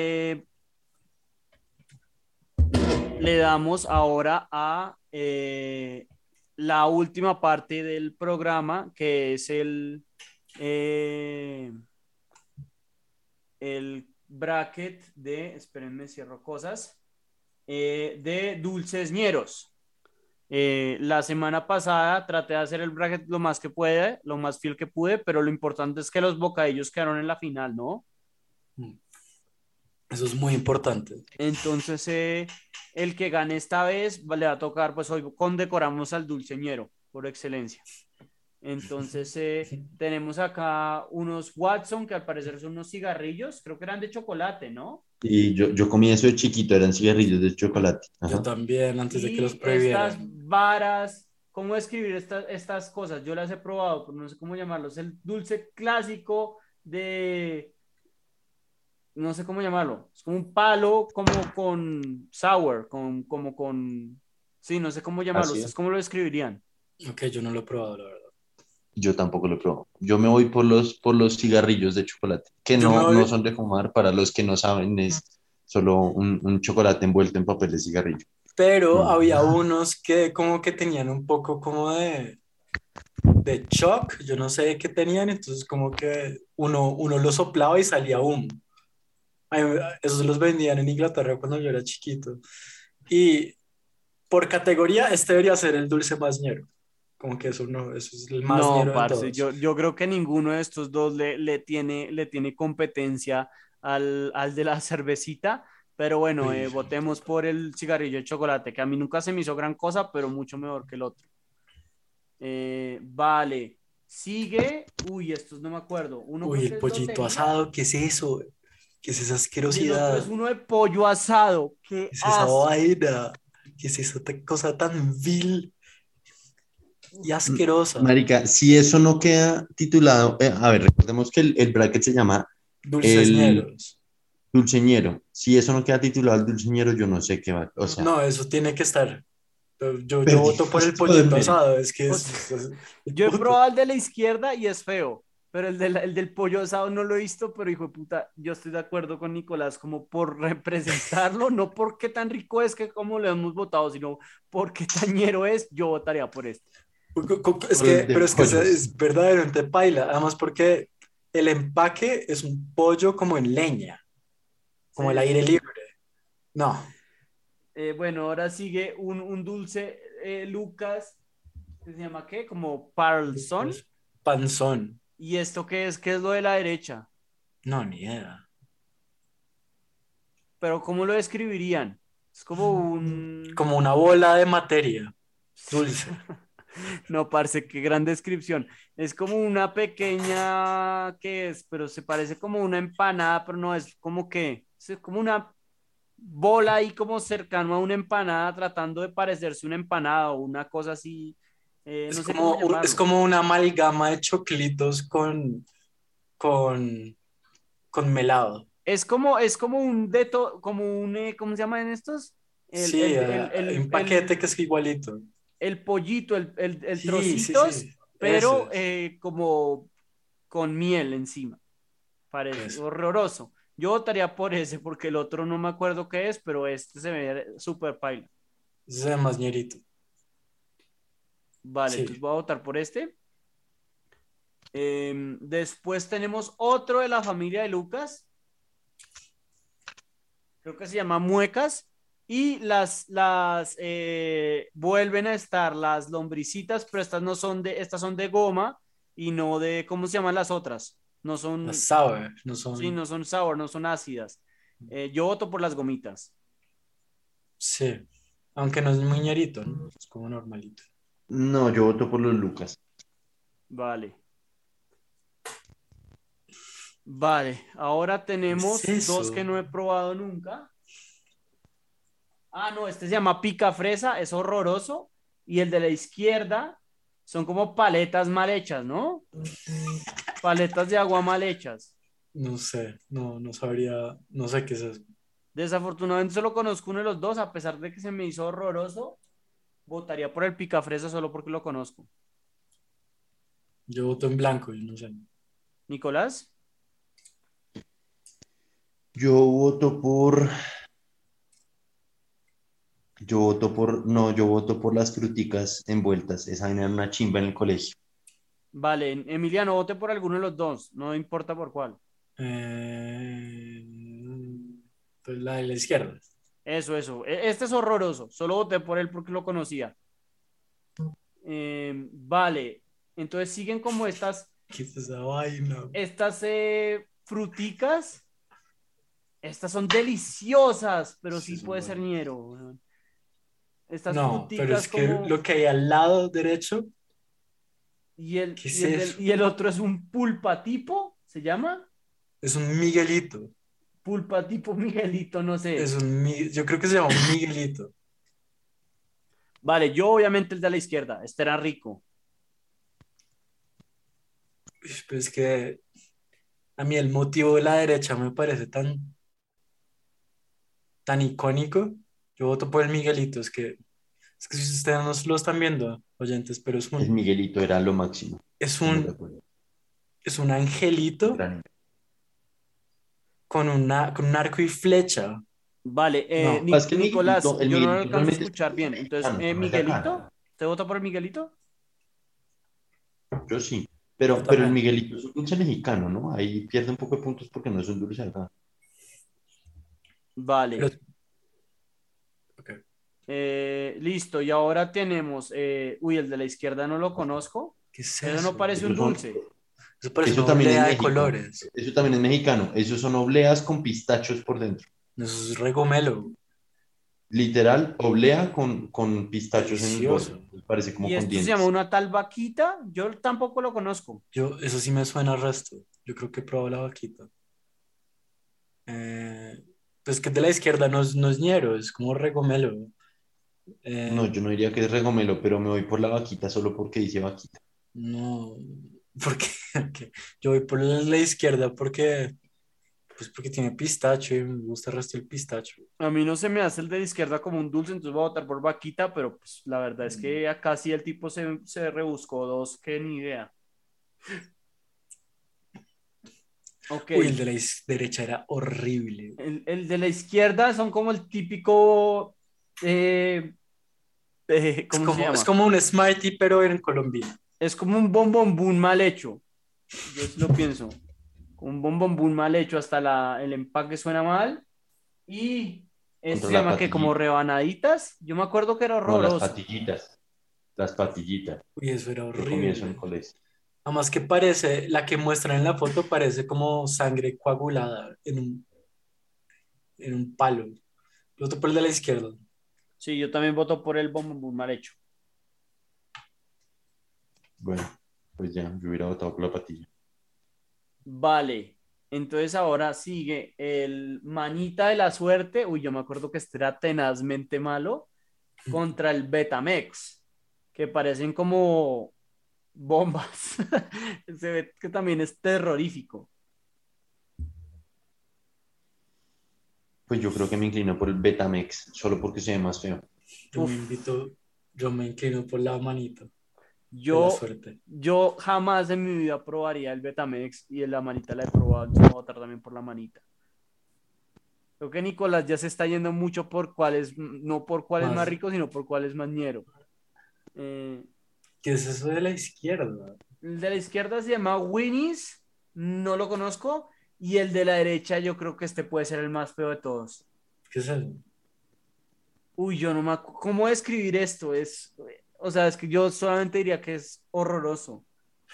[SPEAKER 3] le damos ahora a la última parte del programa, que es el bracket espérenme, cierro cosas, de dulces ñeros. La semana pasada traté de hacer el bracket lo más que pude, lo más fiel que pude, pero lo importante es que los bocadillos quedaron en la final, ¿no?
[SPEAKER 4] Eso es muy importante.
[SPEAKER 3] Entonces, el que gane esta vez le va a tocar, pues hoy condecoramos al dulceñero por excelencia. Entonces, tenemos acá unos Watson, que al parecer son unos cigarrillos, creo que eran de chocolate, ¿no?
[SPEAKER 2] Y yo comí eso de chiquito, eran cigarrillos de chocolate.
[SPEAKER 4] Yo
[SPEAKER 2] Ajá.
[SPEAKER 4] también, antes de que los
[SPEAKER 3] Y estas
[SPEAKER 4] prohibieran.
[SPEAKER 3] varas, ¿cómo describir estas cosas? Yo las he probado, pero no sé cómo llamarlos. El dulce clásico de, no sé cómo llamarlo. Es como un palo, como con sour, sí, no sé cómo llamarlo.
[SPEAKER 2] Así
[SPEAKER 3] ¿Ustedes
[SPEAKER 2] es.
[SPEAKER 3] cómo lo describirían?
[SPEAKER 4] Ok, yo no lo he probado, la verdad.
[SPEAKER 2] Yo tampoco lo probé. Yo me voy por los cigarrillos de chocolate, que
[SPEAKER 4] Yo me
[SPEAKER 2] no
[SPEAKER 4] voy,
[SPEAKER 2] son de fumar, para los que no saben, es solo un chocolate envuelto en papel de cigarrillo.
[SPEAKER 4] pero
[SPEAKER 2] Mm.
[SPEAKER 4] había unos que como que tenían un poco como de shock, yo no sé qué tenían, entonces como que uno lo soplaba y salía humo. Ay, esos los vendían en Inglaterra cuando yo era chiquito. Y por categoría, este debería ser el dulce más ñero. Como que eso no, eso es el más
[SPEAKER 3] No,
[SPEAKER 4] ñero de
[SPEAKER 3] parce,
[SPEAKER 4] todos.
[SPEAKER 3] yo creo que ninguno de estos dos le tiene competencia al de la cervecita, pero bueno,
[SPEAKER 4] Uy,
[SPEAKER 3] votemos por el cigarrillo de chocolate, que a mí nunca se me hizo gran cosa, pero mucho mejor que el otro. Vale, sigue, uy, estos no me acuerdo, uno
[SPEAKER 4] uy,
[SPEAKER 3] creo
[SPEAKER 4] el
[SPEAKER 3] que es
[SPEAKER 4] pollito
[SPEAKER 3] lotería
[SPEAKER 4] asado, ¿qué es eso? ¿Qué es esa
[SPEAKER 3] y el otro es
[SPEAKER 4] asquerosidad?
[SPEAKER 3] uno de pollo asado,
[SPEAKER 4] ¿Qué
[SPEAKER 3] qué
[SPEAKER 4] es esa
[SPEAKER 3] asco.
[SPEAKER 4] vaina? ¿Qué es esa cosa tan vil y asquerosa?
[SPEAKER 2] Marica, si eso no queda titulado, a ver, recordemos que el bracket se llama
[SPEAKER 4] Dulces
[SPEAKER 2] el
[SPEAKER 4] ñeros.
[SPEAKER 2] dulceñero. Si eso no queda titulado el dulceñero, yo no sé qué va. O sea,
[SPEAKER 4] No, eso tiene que estar. Yo voto por
[SPEAKER 2] perdimos
[SPEAKER 4] el
[SPEAKER 2] todo en
[SPEAKER 4] pollito
[SPEAKER 2] mérito.
[SPEAKER 4] asado, es que
[SPEAKER 3] O sea,
[SPEAKER 4] es
[SPEAKER 3] yo he
[SPEAKER 4] puta.
[SPEAKER 3] probado el de la izquierda y es feo, pero el del pollo asado no lo he visto, pero hijo de puta, yo estoy de acuerdo con Nicolás, como por representarlo, no porque tan rico es que como lo hemos votado, sino porque tañero es, yo votaría por este.
[SPEAKER 4] Es
[SPEAKER 2] Por el
[SPEAKER 4] que,
[SPEAKER 2] de
[SPEAKER 4] pero es que
[SPEAKER 2] pollos.
[SPEAKER 4] es verdaderamente paila, además porque el empaque es un pollo como en leña, como el
[SPEAKER 3] Sí, sí,
[SPEAKER 4] aire
[SPEAKER 3] sí.
[SPEAKER 4] libre. No,
[SPEAKER 3] Bueno, ahora sigue un dulce, Lucas, que se llama ¿qué? Como Parlson.
[SPEAKER 4] es panzón.
[SPEAKER 3] ¿Y esto qué es? ¿Qué es lo de la derecha?
[SPEAKER 4] No, ni idea.
[SPEAKER 3] Pero ¿cómo lo describirían? Es como un...
[SPEAKER 4] Como una bola de materia dulce.
[SPEAKER 3] No, parce, qué gran descripción. Es como una pequeña, ¿qué es? Pero se parece como una empanada, pero no es como que, es como una bola ahí como cercano a una empanada, tratando de parecerse una empanada o una cosa así, no sé cómo
[SPEAKER 4] Es
[SPEAKER 3] llamarlo.
[SPEAKER 4] como una amalgama de choclitos con, con melado.
[SPEAKER 3] Es como ¿cómo se llaman estos? El,
[SPEAKER 4] Sí,
[SPEAKER 3] el, el,
[SPEAKER 4] hay
[SPEAKER 3] el,
[SPEAKER 4] un paquete que
[SPEAKER 3] el,
[SPEAKER 4] es igualito.
[SPEAKER 3] el pollito, el
[SPEAKER 4] Sí, sí,
[SPEAKER 3] trocitos,
[SPEAKER 4] sí.
[SPEAKER 3] pero
[SPEAKER 4] Ese es.
[SPEAKER 3] como con miel encima. Parece
[SPEAKER 4] Ese.
[SPEAKER 3] horroroso. Yo votaría por ese porque el otro no me acuerdo qué es, pero este se ve súper paila.
[SPEAKER 4] Ese es el más ñerito.
[SPEAKER 3] Vale, entonces
[SPEAKER 4] Sí.
[SPEAKER 3] voy a votar por este. Después tenemos otro de la familia de Lucas. Creo que se llama Muecas. Y vuelven a estar las lombricitas, pero estas son de goma y no de, ¿cómo se llaman las otras? No
[SPEAKER 4] Las
[SPEAKER 3] son,
[SPEAKER 4] sour, no
[SPEAKER 3] sí,
[SPEAKER 4] son.
[SPEAKER 3] no son sour, no son ácidas. Yo voto por las gomitas.
[SPEAKER 4] Sí. Aunque no es muy ñerito, ¿no? Es como normalito.
[SPEAKER 2] No, yo voto por los Lucas.
[SPEAKER 3] Vale. Vale, ahora
[SPEAKER 4] ¿Qué es
[SPEAKER 3] tenemos dos que
[SPEAKER 4] eso?
[SPEAKER 3] no he probado nunca. Ah, no, este se llama pica fresa, es horroroso. Y el de la izquierda son como paletas mal hechas, ¿no? Paletas de agua mal hechas.
[SPEAKER 4] No sé, no sabría, no sé qué es eso.
[SPEAKER 3] Desafortunadamente solo conozco uno de los dos, a pesar de que se me hizo horroroso, votaría por el pica fresa solo porque lo conozco.
[SPEAKER 4] Yo voto en blanco, yo no sé.
[SPEAKER 3] Nicolás,
[SPEAKER 2] Yo voto por, yo voto por las fruticas envueltas. Esa vaina era una chimba en el colegio.
[SPEAKER 3] vale, Emiliano, vote por alguno de los dos, no importa por cuál.
[SPEAKER 4] Eh, pues la de la izquierda.
[SPEAKER 3] Eso. Este es horroroso, solo voté por él porque lo conocía. Vale, entonces siguen como
[SPEAKER 4] ¿Qué es esa vaina?
[SPEAKER 3] estas fruticas. Estas son deliciosas, pero
[SPEAKER 4] Sí,
[SPEAKER 3] sí
[SPEAKER 4] son
[SPEAKER 3] puede ser
[SPEAKER 4] buenas.
[SPEAKER 3] ñero, weón. Estas
[SPEAKER 4] No, pero
[SPEAKER 3] fruticas
[SPEAKER 4] es que
[SPEAKER 3] como...
[SPEAKER 4] lo que hay al lado derecho,
[SPEAKER 3] Y el,
[SPEAKER 4] ¿qué
[SPEAKER 3] y
[SPEAKER 4] es
[SPEAKER 3] el,
[SPEAKER 4] eso?
[SPEAKER 3] y el otro es un pulpa tipo, ¿se llama?
[SPEAKER 4] Es un Miguelito.
[SPEAKER 3] Pulpa tipo Miguelito, no sé.
[SPEAKER 4] Yo creo que se llama un Miguelito.
[SPEAKER 3] Vale, yo obviamente el de la izquierda, este era rico.
[SPEAKER 4] Pues es que a mí el motivo de la derecha me parece tan icónico. Yo voto por el Miguelito. Es que si ustedes no lo están viendo, oyentes, pero
[SPEAKER 2] El Miguelito era lo máximo.
[SPEAKER 4] es
[SPEAKER 2] No me
[SPEAKER 4] un,
[SPEAKER 2] recuerdo.
[SPEAKER 4] es un angelito
[SPEAKER 2] Gran-
[SPEAKER 4] con un arco y flecha.
[SPEAKER 3] Vale,
[SPEAKER 4] No,
[SPEAKER 2] Es que
[SPEAKER 3] Nicolás,
[SPEAKER 2] El
[SPEAKER 3] yo no lo
[SPEAKER 2] Miguelito
[SPEAKER 3] alcanzo a
[SPEAKER 2] realmente es
[SPEAKER 3] escuchar bien. Entonces,
[SPEAKER 2] mexicano, no es de
[SPEAKER 3] Miguelito,
[SPEAKER 2] acá.
[SPEAKER 3] ¿te vota por Miguelito?
[SPEAKER 2] Yo sí.
[SPEAKER 4] yo
[SPEAKER 2] Pero el
[SPEAKER 4] también.
[SPEAKER 2] Miguelito es un dulce mexicano, ¿no? Ahí pierde un poco de puntos porque no es un dulce acá.
[SPEAKER 3] Vale.
[SPEAKER 4] Pero, ok.
[SPEAKER 3] Listo, y ahora tenemos, uy, el de la izquierda no lo conozco.
[SPEAKER 4] ¿Qué es
[SPEAKER 3] Eso no
[SPEAKER 4] eso?
[SPEAKER 3] parece un
[SPEAKER 2] Esos son,
[SPEAKER 3] dulce.
[SPEAKER 4] Eso parece
[SPEAKER 2] eso
[SPEAKER 4] una
[SPEAKER 2] también es
[SPEAKER 4] oblea de
[SPEAKER 2] México.
[SPEAKER 4] colores.
[SPEAKER 2] Eso también es mexicano. Esos son obleas con pistachos por dentro.
[SPEAKER 4] Eso es regomelo.
[SPEAKER 2] Literal, oblea con pistachos en el borde.
[SPEAKER 4] Delicioso.
[SPEAKER 2] Parece como
[SPEAKER 3] Y
[SPEAKER 2] con
[SPEAKER 3] esto se llama
[SPEAKER 2] dientes.
[SPEAKER 3] una tal vaquita. Yo tampoco lo conozco.
[SPEAKER 4] Eso sí me suena al resto. Yo creo que he probado la vaquita. Pues que de la izquierda no es ñero, es como regomelo.
[SPEAKER 2] No,
[SPEAKER 4] Eh,
[SPEAKER 2] yo no diría que es regomelo, pero me voy por la vaquita solo porque dice vaquita.
[SPEAKER 4] no, porque porque yo voy por la izquierda porque tiene pistacho y me gusta el resto del pistacho.
[SPEAKER 3] A mí no se me hace el de la izquierda como un dulce, entonces voy a votar por vaquita, pero pues la verdad es
[SPEAKER 4] Mm.
[SPEAKER 3] que acá sí el tipo se rebuscó dos que ni idea. Ok,
[SPEAKER 4] Uy, el de la derecha era horrible.
[SPEAKER 3] el de la izquierda son como el típico, eh,
[SPEAKER 4] Es
[SPEAKER 3] ¿cómo se
[SPEAKER 4] como, es
[SPEAKER 3] llama?
[SPEAKER 4] como un Smartie, pero en Colombia.
[SPEAKER 3] Es como un bombombún mal hecho. Yo sí lo pienso. Un bombombún mal hecho, hasta el empaque suena mal. Y esto
[SPEAKER 2] Contra
[SPEAKER 3] se
[SPEAKER 2] la
[SPEAKER 3] llama que como
[SPEAKER 2] patillita.
[SPEAKER 3] rebanaditas. Yo me acuerdo que era
[SPEAKER 2] No, las
[SPEAKER 3] horroroso.
[SPEAKER 2] patillitas. Las patillitas.
[SPEAKER 4] Uy, eso era
[SPEAKER 2] Yo comí eso en el
[SPEAKER 4] horrible.
[SPEAKER 2] colegio.
[SPEAKER 4] Además que parece, la que muestran en la foto parece como sangre coagulada en un palo. Lo otro por el de la izquierda.
[SPEAKER 3] Sí, yo también voto por el bombombún mal hecho.
[SPEAKER 2] Bueno, pues ya, yo hubiera votado por la patilla.
[SPEAKER 3] Vale. Entonces ahora sigue el manita de la suerte. Uy, yo me acuerdo que este era tenazmente malo. Contra el Betamex. Que parecen como bombas. Se ve que también es terrorífico.
[SPEAKER 2] Pues yo creo que me inclino por el Betamex, solo porque se ve más feo.
[SPEAKER 4] Yo me
[SPEAKER 3] Uf,
[SPEAKER 4] invito, yo me inclino por la manito de la
[SPEAKER 3] yo,
[SPEAKER 4] suerte.
[SPEAKER 3] yo jamás en mi vida probaría el Betamex y la manita la he probado, entonces voy a votar también por la manita. Creo que Nicolás ya se está yendo mucho por cuál es, no por cuál es más
[SPEAKER 4] Más,
[SPEAKER 3] rico, sino por cuál es más ñero. Eh,
[SPEAKER 4] ¿qué es eso de la izquierda?
[SPEAKER 3] el de la izquierda se llama Winnie's, no lo conozco, y el de la derecha yo creo que este puede ser el más feo de todos.
[SPEAKER 4] ¿Qué es eso?
[SPEAKER 3] Uy, yo no me ¿cómo describir esto? O sea, es que yo solamente diría que es horroroso.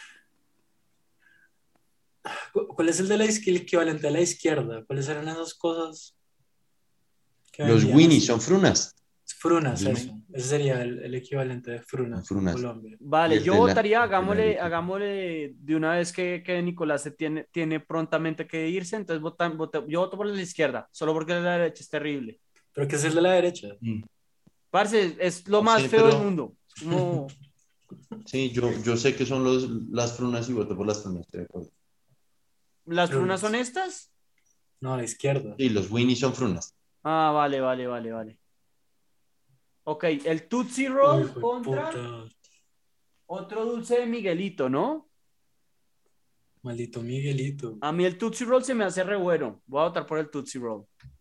[SPEAKER 4] ¿Cuál es el de el equivalente a la izquierda? ¿Cuáles eran esas cosas que
[SPEAKER 2] Los
[SPEAKER 4] vendían
[SPEAKER 2] Winnie son
[SPEAKER 4] así?
[SPEAKER 2] frunas.
[SPEAKER 4] Frunas,
[SPEAKER 2] Esos
[SPEAKER 4] eso. Ese sería el equivalente de
[SPEAKER 2] son
[SPEAKER 4] frunas en
[SPEAKER 2] frunas.
[SPEAKER 4] Colombia.
[SPEAKER 2] Y
[SPEAKER 3] Vale,
[SPEAKER 2] el
[SPEAKER 3] yo
[SPEAKER 2] de
[SPEAKER 3] votaría,
[SPEAKER 2] el de la derecha.
[SPEAKER 3] hagámosle de una vez que Nicolás tiene prontamente que irse, entonces yo voto por la izquierda, solo porque la derecha es terrible.
[SPEAKER 4] ¿Pero qué es el de la derecha?
[SPEAKER 2] Sí,
[SPEAKER 3] Parce, es lo
[SPEAKER 2] no
[SPEAKER 3] más
[SPEAKER 2] sé,
[SPEAKER 3] feo del
[SPEAKER 2] pero
[SPEAKER 3] mundo. Es como
[SPEAKER 2] sí, yo sé que son las frunas y voto por las frunas, estoy de acuerdo.
[SPEAKER 3] las frunas son
[SPEAKER 4] Frunas.
[SPEAKER 3] estas.
[SPEAKER 4] No, a la izquierda.
[SPEAKER 2] Sí, los Winnie son frunas.
[SPEAKER 3] Ah, vale, vale, vale, vale. Ok, el Tootsie
[SPEAKER 4] Uy,
[SPEAKER 3] Roll
[SPEAKER 4] hijo de
[SPEAKER 3] contra
[SPEAKER 4] puta.
[SPEAKER 3] otro dulce de Miguelito, ¿no?
[SPEAKER 4] Maldito Miguelito.
[SPEAKER 3] A mí el Tootsie Roll se me hace re bueno. Voy a votar por el Tootsie Roll.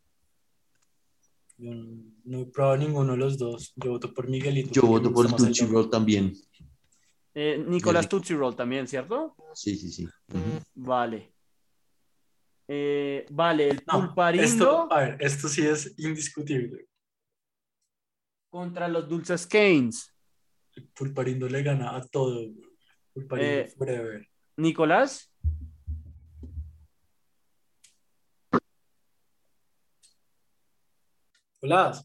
[SPEAKER 4] Yo no he probado ninguno de los dos. Yo voto por Miguelito
[SPEAKER 2] Yo
[SPEAKER 4] porque me
[SPEAKER 2] voto por
[SPEAKER 4] gusta
[SPEAKER 2] el
[SPEAKER 4] más el
[SPEAKER 2] Tootsie
[SPEAKER 4] logo.
[SPEAKER 2] Roll también. Es
[SPEAKER 3] Nicolás
[SPEAKER 2] rico.
[SPEAKER 3] Tootsie Roll también, ¿cierto?
[SPEAKER 2] Sí, sí, sí. Ujú.
[SPEAKER 3] Vale. Vale, el
[SPEAKER 4] No, esto,
[SPEAKER 3] pulparindo
[SPEAKER 4] a ver, esto sí es indiscutible.
[SPEAKER 3] contra los dulces Canes.
[SPEAKER 4] El Pulparindo le gana a todo. Pulparindo
[SPEAKER 3] Eh,
[SPEAKER 4] forever.
[SPEAKER 3] Nicolás,
[SPEAKER 4] Hola,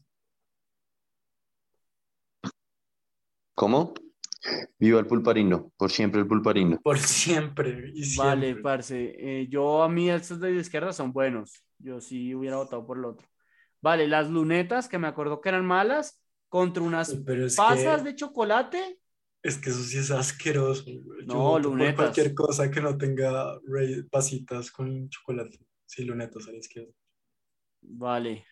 [SPEAKER 2] ¿Cómo? Viva el pulparindo, por siempre el pulparindo.
[SPEAKER 4] por siempre y
[SPEAKER 3] vale,
[SPEAKER 4] siempre.
[SPEAKER 3] parce. Yo a mí estos de la izquierda son buenos. Yo sí hubiera votado por el otro. Vale, las lunetas, que me acuerdo que eran malas, contra unas
[SPEAKER 4] Pero
[SPEAKER 3] pasas de chocolate.
[SPEAKER 4] es que eso sí es asqueroso, güey. Yo
[SPEAKER 3] No,
[SPEAKER 4] voto por cualquier
[SPEAKER 3] lunetas.
[SPEAKER 4] cosa que no tenga pasitas con chocolate. Sí, lunetas a la izquierda.
[SPEAKER 3] Vale.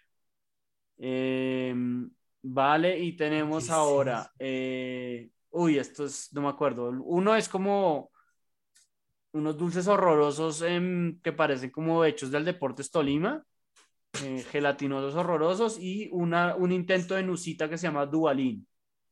[SPEAKER 3] Vale, y
[SPEAKER 4] ¿Qué
[SPEAKER 3] tenemos
[SPEAKER 4] es
[SPEAKER 3] ahora.
[SPEAKER 4] eso?
[SPEAKER 3] Uy, esto es, no me acuerdo. Uno es como unos dulces horrorosos que parecen como hechos del Deportes Tolima, gelatinosos horrorosos, y un intento de nusita que se llama Dubalín.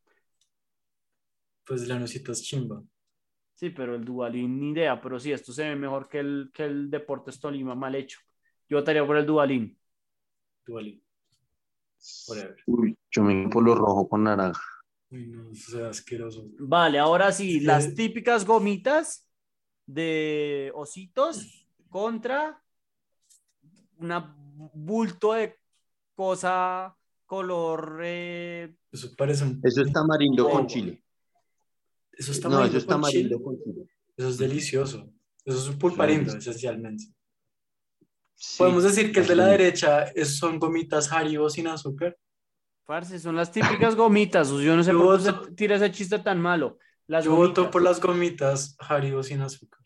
[SPEAKER 4] Pues la nocita es chimba.
[SPEAKER 3] Sí, pero el Dubalín ni idea, pero sí, esto se ve mejor que el Deportes Tolima mal hecho. Yo votaría por el Dubalín.
[SPEAKER 4] Duvalín, forever.
[SPEAKER 2] Uy, yo me voy por lo rojo con naranja.
[SPEAKER 4] Uy, no, eso es asqueroso.
[SPEAKER 3] Vale, ahora
[SPEAKER 4] Es
[SPEAKER 3] sí, las
[SPEAKER 4] que
[SPEAKER 3] típicas gomitas de ositos contra una bulto de cosa color
[SPEAKER 4] eso parece
[SPEAKER 2] Eso es
[SPEAKER 4] un
[SPEAKER 2] tamarindo con
[SPEAKER 4] bobo.
[SPEAKER 2] chile.
[SPEAKER 4] Eso es
[SPEAKER 2] No, eso
[SPEAKER 4] tamarindo
[SPEAKER 2] es
[SPEAKER 4] con
[SPEAKER 2] tamarindo
[SPEAKER 4] chile.
[SPEAKER 2] con chile.
[SPEAKER 4] Eso es
[SPEAKER 2] Ujú.
[SPEAKER 4] delicioso. Eso es un
[SPEAKER 2] Es una
[SPEAKER 4] pulparindo,
[SPEAKER 2] delicia.
[SPEAKER 4] esencialmente. Podemos
[SPEAKER 2] Sí,
[SPEAKER 4] decir que el de
[SPEAKER 2] las
[SPEAKER 4] la
[SPEAKER 2] gomitas.
[SPEAKER 4] derecha son gomitas Haribo sin azúcar.
[SPEAKER 3] parce, son las típicas gomitas. O sea, yo no sé
[SPEAKER 4] Yo
[SPEAKER 3] por qué usted
[SPEAKER 4] voto,
[SPEAKER 3] tira ese chiste tan malo. Las
[SPEAKER 4] yo voto por
[SPEAKER 3] gomitas.
[SPEAKER 4] las gomitas Haribo sin azúcar.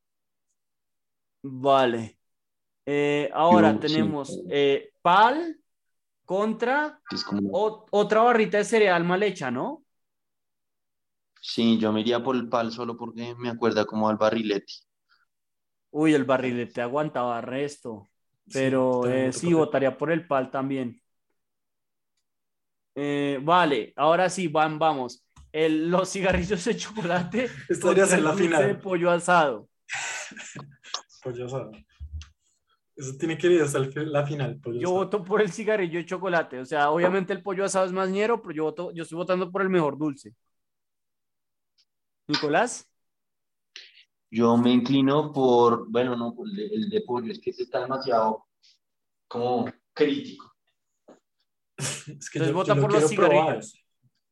[SPEAKER 3] Vale. Ahora
[SPEAKER 2] Yo sí,
[SPEAKER 3] tenemos pal contra
[SPEAKER 2] es como,
[SPEAKER 3] otra barrita de cereal mal hecha, ¿no?
[SPEAKER 2] sí, yo me iría por el pal solo porque me acuerda como al barrilete.
[SPEAKER 3] Uy, el barrilete aguantaba resto.
[SPEAKER 4] Sí,
[SPEAKER 3] Pero
[SPEAKER 4] también voto
[SPEAKER 3] sí,
[SPEAKER 4] por el
[SPEAKER 3] votaría por el pal también. Vale, ahora sí, vamos. Los cigarrillos de chocolate
[SPEAKER 4] Esta debería
[SPEAKER 3] contra
[SPEAKER 4] ser
[SPEAKER 3] el
[SPEAKER 4] la
[SPEAKER 3] dulce de
[SPEAKER 4] final.
[SPEAKER 3] pollo asado.
[SPEAKER 4] Pues ya sabes. Eso tiene que ir hasta la final, pues ya
[SPEAKER 3] Yo
[SPEAKER 4] sabes.
[SPEAKER 3] voto por el cigarrillo de chocolate. O sea, obviamente el pollo asado es más ñero, pero yo estoy votando por el mejor dulce. Nicolás,
[SPEAKER 2] Yo me inclino por, bueno, no, por el de pollo, es que ese está demasiado como crítico.
[SPEAKER 4] Es que
[SPEAKER 3] entonces
[SPEAKER 4] yo
[SPEAKER 3] vota
[SPEAKER 4] lo
[SPEAKER 3] por los
[SPEAKER 4] quiero probar.
[SPEAKER 3] cigarrillos.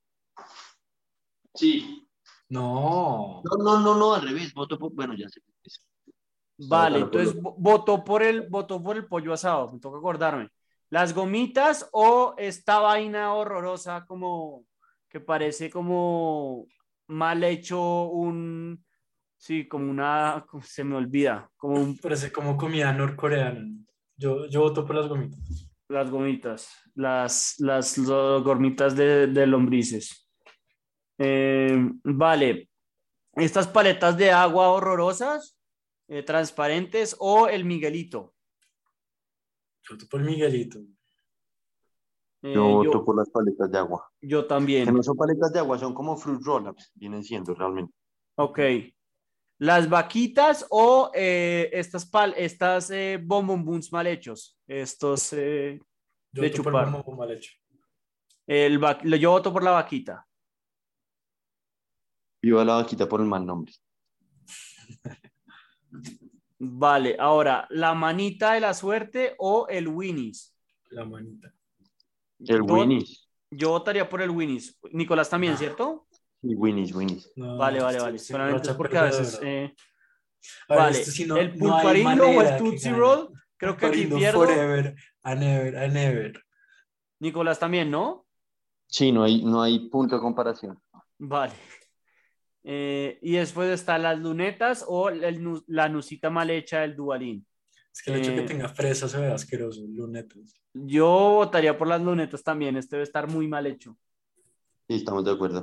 [SPEAKER 2] Sí.
[SPEAKER 4] No.
[SPEAKER 2] No, al revés, voto por, bueno, ya sé. Está
[SPEAKER 3] Vale,
[SPEAKER 2] votando por
[SPEAKER 3] entonces
[SPEAKER 2] los.
[SPEAKER 3] votó por el pollo asado. Me toca acordarme. Las gomitas o esta vaina horrorosa como que parece como mal hecho sí, como se me olvida, como
[SPEAKER 4] Parece como comida norcoreana. Yo voto por las gomitas.
[SPEAKER 3] las gomitas, las gomitas de lombrices. Vale, estas paletas de agua horrorosas, transparentes o el Miguelito.
[SPEAKER 4] Yo voto por Miguelito.
[SPEAKER 2] Yo
[SPEAKER 3] Eh,
[SPEAKER 2] voto
[SPEAKER 3] yo,
[SPEAKER 2] por las paletas de agua.
[SPEAKER 3] yo
[SPEAKER 2] Que no
[SPEAKER 3] también.
[SPEAKER 2] son paletas de agua, son como fruit roll-ups, vienen siendo realmente.
[SPEAKER 3] Ok. Las vaquitas o estas bonbon buns mal hechos. Estos
[SPEAKER 4] Yo
[SPEAKER 3] de
[SPEAKER 4] voto por
[SPEAKER 3] chupar.
[SPEAKER 4] Bombo mal hecho.
[SPEAKER 3] Yo voto por la vaquita.
[SPEAKER 2] Viva la vaquita por el mal nombre.
[SPEAKER 3] Vale, ahora, ¿la manita de la suerte o el Winnie's?
[SPEAKER 4] La manita.
[SPEAKER 2] El Winnie's.
[SPEAKER 3] Yo votaría por el Winnie's. Nicolás también, ¿cierto?
[SPEAKER 2] Sí, Winnie's.
[SPEAKER 4] No,
[SPEAKER 3] Vale.
[SPEAKER 4] estoy
[SPEAKER 3] Solamente es
[SPEAKER 4] racha
[SPEAKER 3] porque a veces...
[SPEAKER 4] perdedora.
[SPEAKER 3] Vale,
[SPEAKER 4] Esto sí no
[SPEAKER 3] el
[SPEAKER 4] hay
[SPEAKER 3] pulparindo o
[SPEAKER 4] manera
[SPEAKER 3] el
[SPEAKER 4] que
[SPEAKER 3] Tootsie
[SPEAKER 4] gane.
[SPEAKER 3] Roll, creo que aquí
[SPEAKER 4] Pulparindo
[SPEAKER 3] pierdo.
[SPEAKER 4] forever, and ever, and ever.
[SPEAKER 3] Nicolás también, ¿no?
[SPEAKER 2] Sí, no hay punto de comparación.
[SPEAKER 3] Vale. Y después están las lunetas o la nucita mal hecha del Duvalín.
[SPEAKER 4] Es que el hecho de que tenga fresas se ve asqueroso, lunetas.
[SPEAKER 3] Yo votaría por las lunetas también. Este debe estar muy mal hecho.
[SPEAKER 2] Sí, estamos de acuerdo.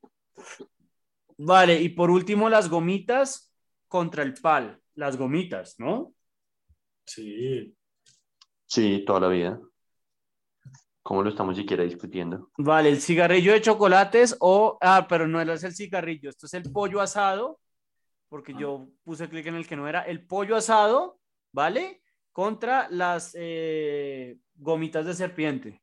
[SPEAKER 3] Vale, y por último las gomitas contra el pal. Las gomitas, ¿no?
[SPEAKER 4] Sí.
[SPEAKER 2] Sí, toda la vida. ¿Cómo lo estamos siquiera discutiendo?
[SPEAKER 3] Vale, el cigarrillo de chocolates o... Ah, pero no es el cigarrillo. Esto es el pollo asado, porque yo puse clic en el que no era. El pollo asado, ¿vale? Contra las gomitas de serpiente.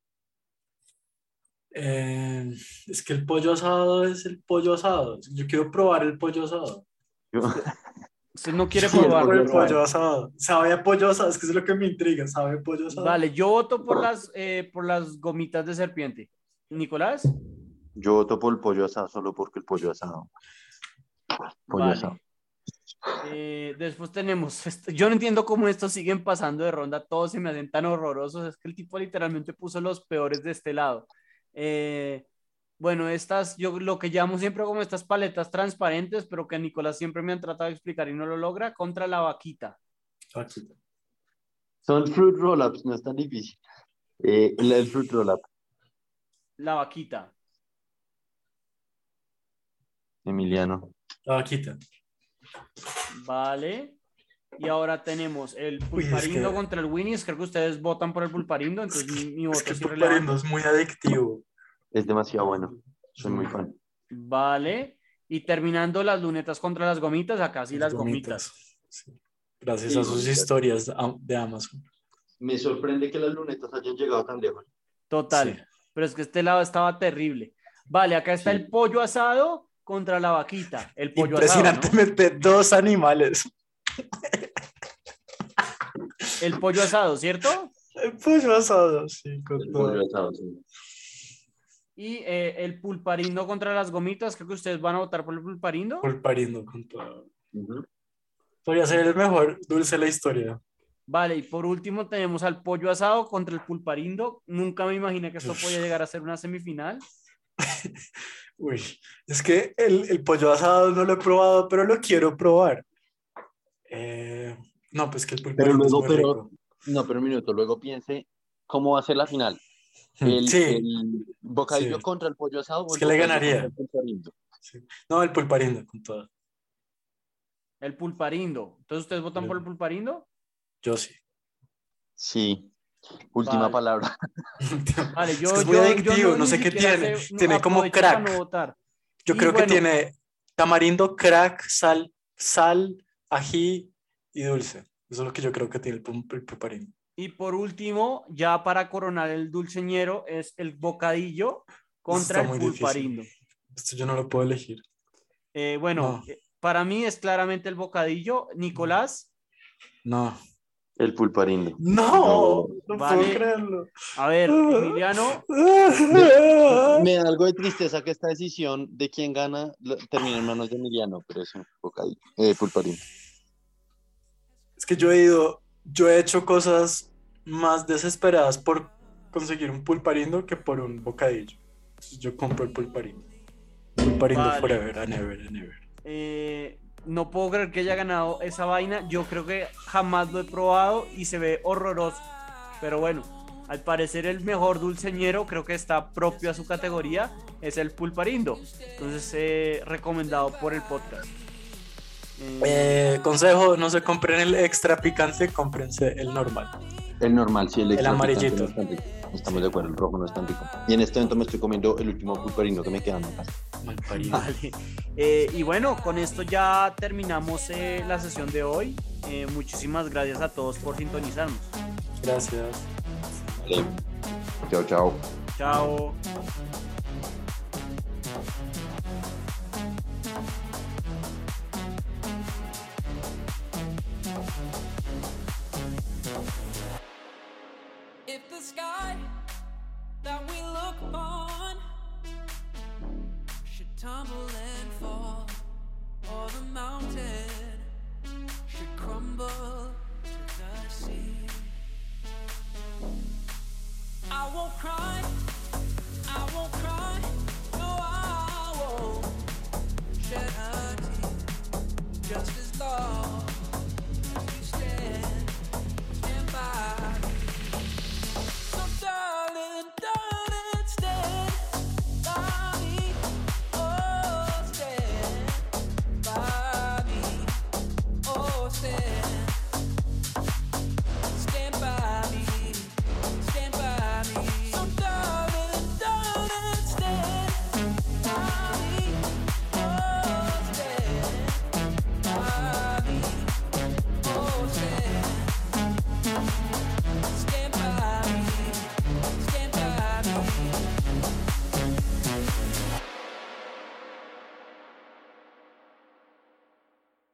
[SPEAKER 4] Es que el pollo asado es el pollo asado. Yo quiero probar el pollo asado.
[SPEAKER 3] Usted no quiere
[SPEAKER 2] Sí, el
[SPEAKER 3] probarlo.
[SPEAKER 4] Por el
[SPEAKER 2] pollo
[SPEAKER 4] pollo asado. Sabe a pollo asado, es que es lo que me intriga. Sabe a pollo asado.
[SPEAKER 3] Vale, yo voto por las gomitas de serpiente. ¿Nicolás?
[SPEAKER 2] Yo voto por el pollo asado solo porque el pollo asado. Pollo
[SPEAKER 3] Vale.
[SPEAKER 2] asado.
[SPEAKER 3] Después tenemos, yo no entiendo cómo estos siguen pasando de ronda, todos se me hacen tan horrorosos, es que el tipo literalmente puso los peores de este lado. Bueno, yo lo que llamo siempre como estas paletas transparentes, pero que Nicolás siempre me han tratado de explicar y no lo logra, contra la vaquita.
[SPEAKER 4] Vaquita.
[SPEAKER 2] Son fruit roll-ups, no es tan difícil. El fruit roll-up.
[SPEAKER 3] La vaquita.
[SPEAKER 2] Emiliano.
[SPEAKER 4] La vaquita.
[SPEAKER 3] Vale. Y ahora tenemos el
[SPEAKER 4] Uy, es
[SPEAKER 3] pulparindo
[SPEAKER 4] que-
[SPEAKER 3] contra el Winnie's. Creo que ustedes votan por el pulparindo,
[SPEAKER 4] Es
[SPEAKER 3] entonces
[SPEAKER 4] que,
[SPEAKER 3] mi voto
[SPEAKER 4] es que
[SPEAKER 3] es
[SPEAKER 4] el pulparindo
[SPEAKER 3] irrelevante.
[SPEAKER 4] es muy adictivo.
[SPEAKER 2] Es demasiado bueno. Soy muy fan.
[SPEAKER 3] Vale. Y terminando las lunetas contra las gomitas, acá sí las gomitas.
[SPEAKER 4] Sí. Gracias
[SPEAKER 2] Sí,
[SPEAKER 4] a sus
[SPEAKER 2] gomitas.
[SPEAKER 4] historias de Amazon.
[SPEAKER 2] Me sorprende que las lunetas hayan llegado tan lejos.
[SPEAKER 3] Total.
[SPEAKER 4] Sí.
[SPEAKER 3] Pero es que este lado estaba terrible. Vale, acá está
[SPEAKER 2] Sí.
[SPEAKER 3] el pollo asado contra la vaquita. El pollo asado, ¿no?
[SPEAKER 4] Impresionantemente, dos animales.
[SPEAKER 3] El pollo asado, ¿cierto?
[SPEAKER 4] El pollo asado, sí, con
[SPEAKER 2] El
[SPEAKER 4] todo.
[SPEAKER 2] pollo asado, sí.
[SPEAKER 3] Y el pulparindo contra las gomitas. Creo que ustedes van a votar por el pulparindo.
[SPEAKER 4] Pulparindo con todo.
[SPEAKER 2] Ujú.
[SPEAKER 4] Podría ser el mejor dulce de la historia.
[SPEAKER 3] Vale, y por último tenemos al pollo asado contra el pulparindo. Nunca me imaginé que esto podía llegar a ser una semifinal.
[SPEAKER 4] Uy, es que el pollo asado no lo he probado, pero lo quiero probar. No, pues que el pulparindo es muy rico.
[SPEAKER 2] No, pero un minuto, luego piense cómo va a ser la final.
[SPEAKER 4] Sí,
[SPEAKER 2] El bocadillo
[SPEAKER 4] Sí.
[SPEAKER 2] contra el pollo asado o
[SPEAKER 4] Es
[SPEAKER 2] el
[SPEAKER 4] que le
[SPEAKER 2] bocadillo
[SPEAKER 4] ganaría.
[SPEAKER 2] contra el pulparindo.
[SPEAKER 4] sí. No, el pulparindo con todo.
[SPEAKER 3] El pulparindo. Entonces, ¿ustedes votan por el pulparindo?
[SPEAKER 4] Yo sí.
[SPEAKER 2] Sí. Última
[SPEAKER 3] Vale.
[SPEAKER 2] palabra.
[SPEAKER 3] Vale,
[SPEAKER 4] Es que es muy adictivo, no sé
[SPEAKER 3] ni
[SPEAKER 4] qué
[SPEAKER 3] siquiera
[SPEAKER 4] tiene.
[SPEAKER 3] sé,
[SPEAKER 4] Tiene como
[SPEAKER 3] aprovecho para
[SPEAKER 4] crack.
[SPEAKER 3] no votar.
[SPEAKER 4] Yo
[SPEAKER 3] Y
[SPEAKER 4] creo que
[SPEAKER 3] bueno,
[SPEAKER 4] tiene tamarindo, crack, sal, ají y dulce. Eso es lo que yo creo que tiene el pulparindo.
[SPEAKER 3] Y por último, ya para coronar el dulceñero, es el bocadillo contra
[SPEAKER 4] Está
[SPEAKER 3] el
[SPEAKER 4] muy difícil.
[SPEAKER 3] pulparindo.
[SPEAKER 4] Esto yo no lo puedo elegir.
[SPEAKER 3] Bueno,
[SPEAKER 4] No.
[SPEAKER 3] para mí es claramente el bocadillo. Nicolás,
[SPEAKER 4] No.
[SPEAKER 2] El pulparindo.
[SPEAKER 4] No, no
[SPEAKER 3] Vale.
[SPEAKER 4] puedo creerlo.
[SPEAKER 3] a ver, Emiliano,
[SPEAKER 2] Me da algo de tristeza que esta decisión de quién gana termine en manos de Emiliano, pero es un bocadillo. Pulparindo.
[SPEAKER 4] Es que yo he hecho cosas más desesperadas por conseguir un pulparindo que por un bocadillo. Entonces yo compro el pulparindo. Pulparindo
[SPEAKER 3] Vale.
[SPEAKER 4] forever and ever and ever.
[SPEAKER 3] no puedo creer que haya ganado esa vaina. Yo creo que jamás lo he probado y se ve horroroso. Pero bueno, al parecer el mejor dulceñero, creo que está propio a su categoría, es el pulparindo. Entonces, recomendado por el podcast.
[SPEAKER 4] Consejo, no se compren el extra picante, cómprense el normal.
[SPEAKER 2] El normal, sí, el extra
[SPEAKER 4] amarillito.
[SPEAKER 2] picante no es tan rico. Estamos de acuerdo, el rojo no es tan rico. Y en este momento me estoy comiendo el último pulparindo que me queda en la casa.
[SPEAKER 4] Malparido.
[SPEAKER 3] Vale. Y bueno, con esto ya terminamos la sesión de hoy. Muchísimas gracias a todos por sintonizarnos.
[SPEAKER 4] Gracias.
[SPEAKER 2] Vale. Chao, chao.
[SPEAKER 3] Chao.
[SPEAKER 1] If the sky that we look upon should tumble